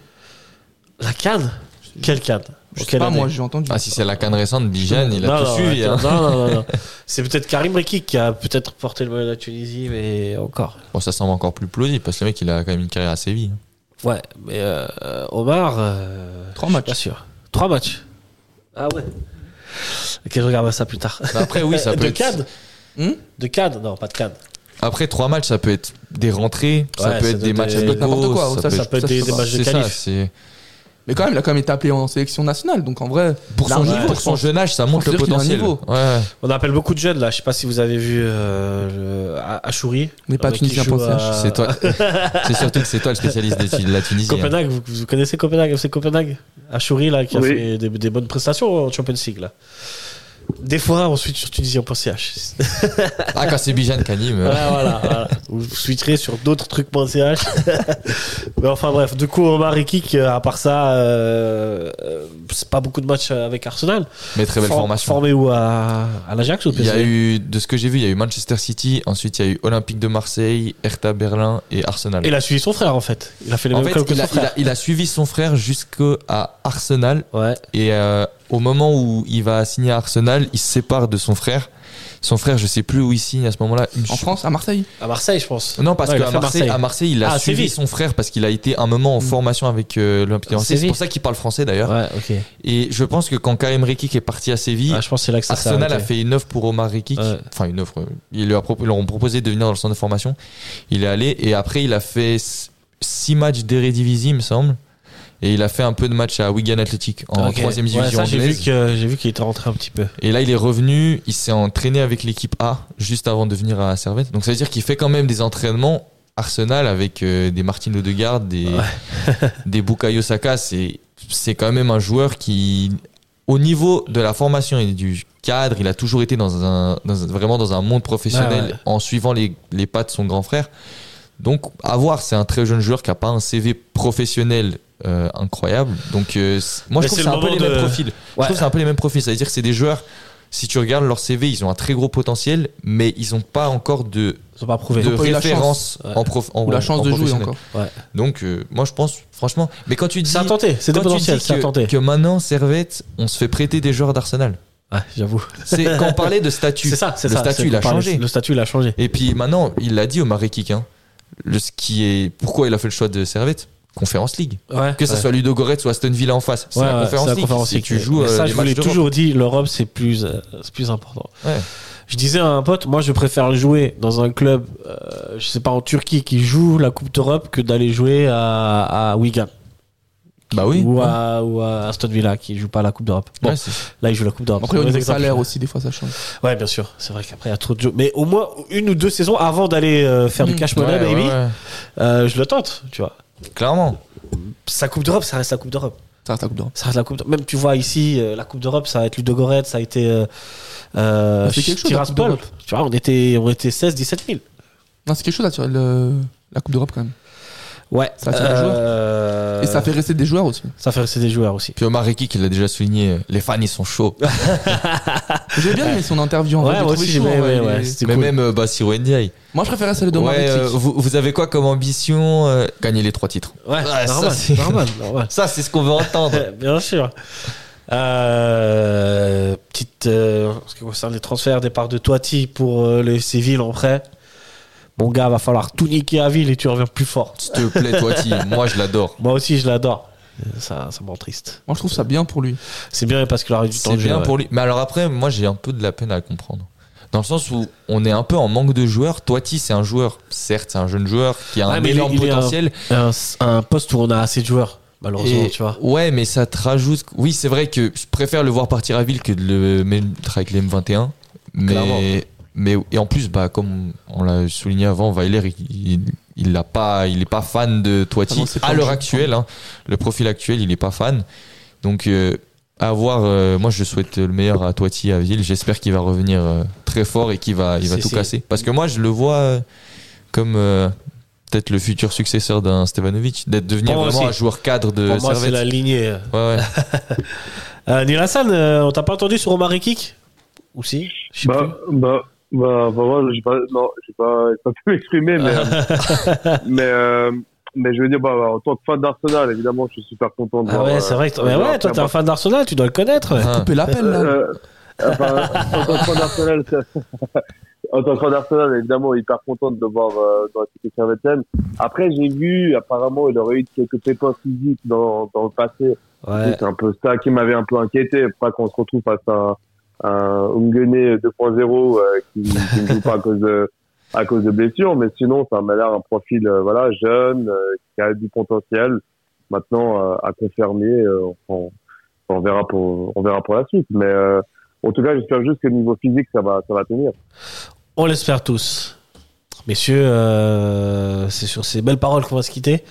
La CAN. Quelle CAN? Je sais pas, moi j'ai entendu. Ah, si c'est la CAN récente, Bijan, il a tout suivi. Non. C'est peut-être Karim Rekik qui a peut-être porté le maillot de la Tunisie, mais encore. Bon, ça semble encore plus plausible parce que le mec, il a quand même une carrière à Séville. Ouais, mais Omar. 3 matchs. Pas sûr. 3 matchs. Ah ouais. Ok, je regarde ça plus tard. Bah après, oui, ça peut être. De CAN? Non, pas de CAN. Après 3 matchs, ça peut être des rentrées, ça peut être des matchs amicaux, n'importe quoi. Ça peut être des matchs de qualif. Mais quand même, il a quand même été appelé en sélection nationale, donc en vrai, pour son jeune âge, ça montre le potentiel. Ouais. On appelle beaucoup de jeunes là. Je sais pas si vous avez vu Achouri. On n'est pas tunisien pour ça. C'est toi. C'est surtout que c'est toi le spécialiste de la Tunisie. Copenhague, vous connaissez Copenhague, FC Copenhague. Achouri là qui a fait des bonnes prestations en Champions League là. Des fois, on switch sur tunisien.ch. Quand c'est Bijan Kanim. Voilà. Vous switcherez sur d'autres trucs.ch. Mais enfin bref, du coup, Omar Rekik, à part ça, c'est pas beaucoup de matchs avec Arsenal. Mais très belle formation. Formé où à l'Ajax ou au PSG? Il y a eu, de ce que j'ai vu, il y a eu Manchester City, ensuite il y a eu Olympique de Marseille, Hertha Berlin et Arsenal. Et il a suivi son frère en fait. Il a fait les mêmes clubs que son frère. Il a suivi son frère jusqu'à Arsenal. Ouais. Et au moment où il va signer à Arsenal, il se sépare de son frère. Son frère, je sais plus où il signe à ce moment-là. En France, à Marseille. À Marseille, je pense. Non, parce qu'à Marseille, il a suivi son frère parce qu'il a été un moment en formation avec l'Olympique de Marseille. C'est pour ça qu'il parle français d'ailleurs. Ouais, ok. Et je pense que quand Karim Rekik est parti à Séville, je pense que c'est là que Arsenal a fait une offre pour Omar Rekik. Ouais. Enfin, une offre. Ils leur ont proposé de venir dans le centre de formation. Il est allé et après, il a fait 6 matchs d'Eredivisie, il me semble. Et il a fait un peu de match à Wigan Athletic en 3ème division anglaise. J'ai vu qu'il était rentré un petit peu. Et là, il est revenu, il s'est entraîné avec l'équipe A juste avant de venir à Servette. Donc ça veut dire qu'il fait quand même des entraînements Arsenal avec des Martin Odegaard, des Bukayo Saka. C'est quand même un joueur qui, au niveau de la formation et du cadre, il a toujours été vraiment dans un monde professionnel en suivant les pas de son grand frère. Donc à voir, c'est un très jeune joueur qui n'a pas un CV professionnel incroyable. Donc moi je trouve que c'est un peu les mêmes profils. Je trouve que c'est un peu les mêmes profils. C'est-à-dire que c'est des joueurs, si tu regardes leur CV, ils ont un très gros potentiel, mais ils n'ont pas encore de référence ou la chance de jouer encore. Ouais. Donc moi je pense franchement, mais quand tu dis c'est à tenter, c'est des potentiels, c'est à tenter. Que maintenant Servette, on se fait prêter des joueurs d'Arsenal. Ouais, j'avoue. C'est quand on parlait de statut. C'est ça. Le statut il a changé. Le statut il a changé. Et puis maintenant, il l'a dit Omar Rekik, pourquoi il a fait le choix de Servette. Conference League. Que ce soit Ludo Goretz ou Aston Villa en face. C'est la Conference League. Tu joues ça, je vous l'ai toujours dit, l'Europe, c'est plus important. Ouais. Je disais à un pote, moi, je préfère jouer dans un club, je sais pas, en Turquie, qui joue la Coupe d'Europe que d'aller jouer à Wigan. Bah oui. Ou à Aston Villa, qui joue pas la Coupe d'Europe. Bon, là, il joue la Coupe d'Europe. Après, au niveau salaire aussi, des fois, ça change. Ouais, bien sûr. C'est vrai qu'après, il y a trop de jeux. Mais au moins 1 ou 2 saisons avant d'aller faire du cash money, baby, je le tente, tu vois. Clairement. Sa Coupe d'Europe, ça reste la Coupe d'Europe. Ça reste la Coupe d'Europe. Ça reste la Coupe d'Europe. Même tu vois ici, la Coupe d'Europe, ça va être Ludo Goretz, ça a été Tiraspol. Tu vois, on était 16, 17 000. Non, c'est quelque chose là, la Coupe d'Europe quand même. Ouais. Ça attire des joueurs. Et ça fait rester des joueurs aussi. Puis Omar Rekik, il a déjà souligné, les fans ils sont chauds. J'ai bien aimé son interview en vrai. Ouais, moi aussi, mais cool. Même Bassirou Ndiaye. Moi je préférais celle d'Omar Rekik. Vous avez quoi comme ambition? Gagner les 3 titres. Ouais, normal. Ça, c'est ce qu'on veut entendre. Bien sûr. Petite. En ce qui concerne les transferts, départ de Toiti pour le Séville en prêt. Mon gars, va falloir tout niquer à Ville et tu reviens plus fort. S'il te plaît, Toiti, moi je l'adore. Moi aussi, je l'adore. Ça me rend triste. Moi, je trouve ça bien pour lui. C'est bien parce qu'il aurait du temps de jeu. C'est bien pour lui. Mais alors après, moi j'ai un peu de la peine à le comprendre. Dans le sens où on est un peu en manque de joueurs. Toiti, c'est un joueur, certes, c'est un jeune joueur qui a un énorme potentiel. Un poste où on a assez de joueurs. Malheureusement, tu vois. Ouais, mais ça te rajoute. Oui, c'est vrai que je préfère le voir partir à Ville que de le mettre avec les M21. Mais et en plus, comme on l'a souligné avant, Weiler, il est pas fan de Toiti à l'heure actuelle. Le profil actuel, il est pas fan. Donc, à voir. Moi, je souhaite le meilleur à Toiti à Ville. J'espère qu'il va revenir très fort et qui va tout casser. Parce que moi, je le vois comme peut-être le futur successeur d'un Stevanovic, devenir vraiment un joueur cadre de Servette. Pour moi, c'est la lignée. Ouais. Neil Hassan, on t'a pas entendu sur Omar Ekik? Ou si? Moi, j'ai pas pu m'exprimer, mais je veux dire, en tant que fan d'Arsenal, évidemment, je suis super content de voir. Ah ouais, c'est vrai que toi, t'es un fan d'Arsenal, tu dois le connaître. Couper l'appel, là. En tant que fan d'Arsenal, évidemment, hyper content de le voir dans la sélection servétienne. Après, j'ai vu, apparemment, il aurait eu quelques pépins physiques dans le passé. Ouais. C'est un peu ça qui m'avait un peu inquiété, pas qu'on se retrouve face à un Umgene 2.0 qui ne joue pas à cause de blessures, mais sinon ça m'a l'air un profil jeune, qui a du potentiel. Maintenant à confirmer, on verra pour la suite, mais en tout cas j'espère juste que niveau physique ça va tenir. On l'espère tous. Messieurs, c'est sur ces belles paroles qu'on va se quitter.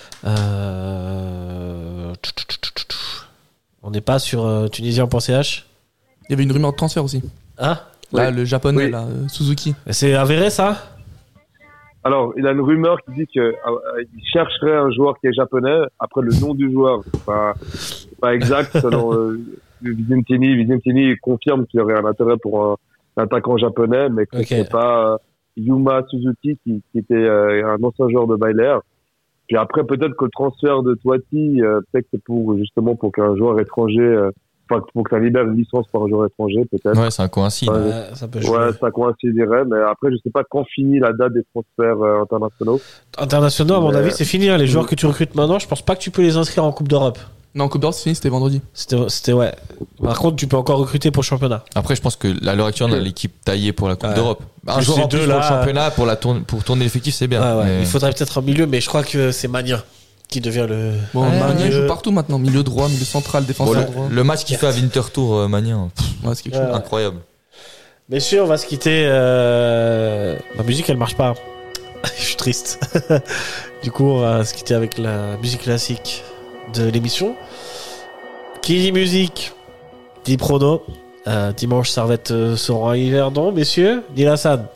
On n'est pas sur tunisien.ch. Il y avait une rumeur de transfert aussi. Ah là, le japonais, là, Suzuki. C'est avéré ça? Alors, il y a une rumeur qui dit qu'il chercherait un joueur qui est japonais. Après, le nom du joueur, c'est pas exact. Selon Vicentini confirme qu'il y aurait un intérêt pour un attaquant japonais, mais que c'est pas Yuma Suzuki qui était un ancien joueur de Baylor. Puis après, peut-être que le transfert de Toiti, peut-être que pour qu'un joueur étranger, pour que ça libère une licence pour un joueur étranger, peut-être. Ouais, ça coïncide. Ça peut jouer. Ouais, ça coïnciderait, mais après, je sais pas quand finit la date des transferts internationaux. Internationaux, à mon avis, c'est fini. Les joueurs que tu recrutes maintenant, je pense pas que tu peux les inscrire en Coupe d'Europe. Non, en Coupe d'Europe, c'est fini, c'était vendredi. C'était ouais. Par contre, tu peux encore recruter pour le championnat. Après, je pense que à l'heure actuelle, on a l'équipe taillée pour la Coupe d'Europe. Un joueur en plus pour le championnat, pour tourner l'effectif, c'est bien. Ouais. Il faudrait peut-être un milieu, mais je crois que c'est Magnin qui devient le. Bon, Magnin joue partout maintenant, milieu droit, milieu central, défenseur droit. Le match qu'il fait à Winterthur, Magnin, c'est quelque chose incroyable. Messieurs, on va se quitter. Ma musique, elle marche pas. Je suis triste. Du coup, on va se quitter avec la musique classique de l'émission. Qui dit musique dit prono. Dimanche, Servette sera à Yverdon, messieurs. Neil Hassan.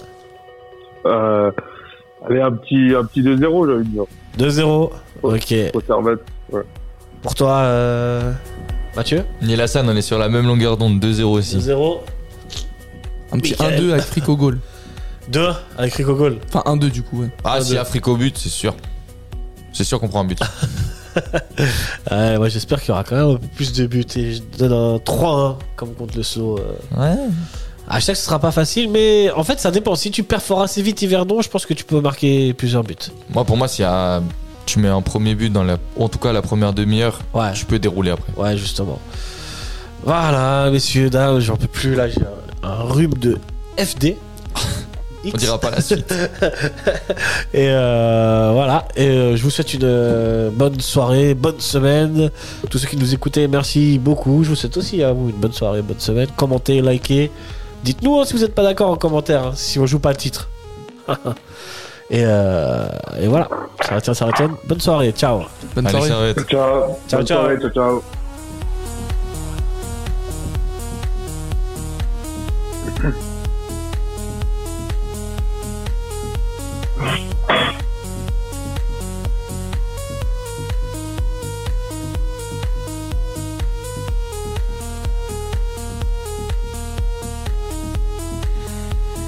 Allez, un petit 2-0, j'ai envie de dire. 2-0. Ok. Pour Servette, ouais. Pour toi, Mathieu? Neil Hassan, on est sur la même longueur d'onde, 2-0 aussi. 2-0. Un petit 1-2 avec Frico goal. 2 avec Rico goal. Enfin 1-2 du coup, ouais. Ah, s'il y a Frico but, c'est sûr. C'est sûr qu'on prend un but. Moi j'espère qu'il y aura quand même un peu plus de buts. Et je donne un 3-1 comme contre le Sceaux. Ouais. Je sais que ce sera pas facile, mais en fait ça dépend. Si tu perfores assez vite Yverdon, je pense que tu peux marquer plusieurs buts. Moi, pour moi, si tu mets un premier but en tout cas la première demi-heure, tu peux dérouler après. Ouais, justement. Voilà, messieurs, dames, j'en peux plus. Là, j'ai un rhume de FD. On dira pas la suite. Et voilà. Et je vous souhaite une bonne soirée, bonne semaine. Tous ceux qui nous écoutaient, merci beaucoup. Je vous souhaite aussi à vous une bonne soirée, bonne semaine. Commentez, likez. Dites-nous si vous n'êtes pas d'accord en commentaire, si on joue pas le titre. et voilà. Ça retient. Bonne soirée. Ciao. Bonne soirée. Ciao. Ciao.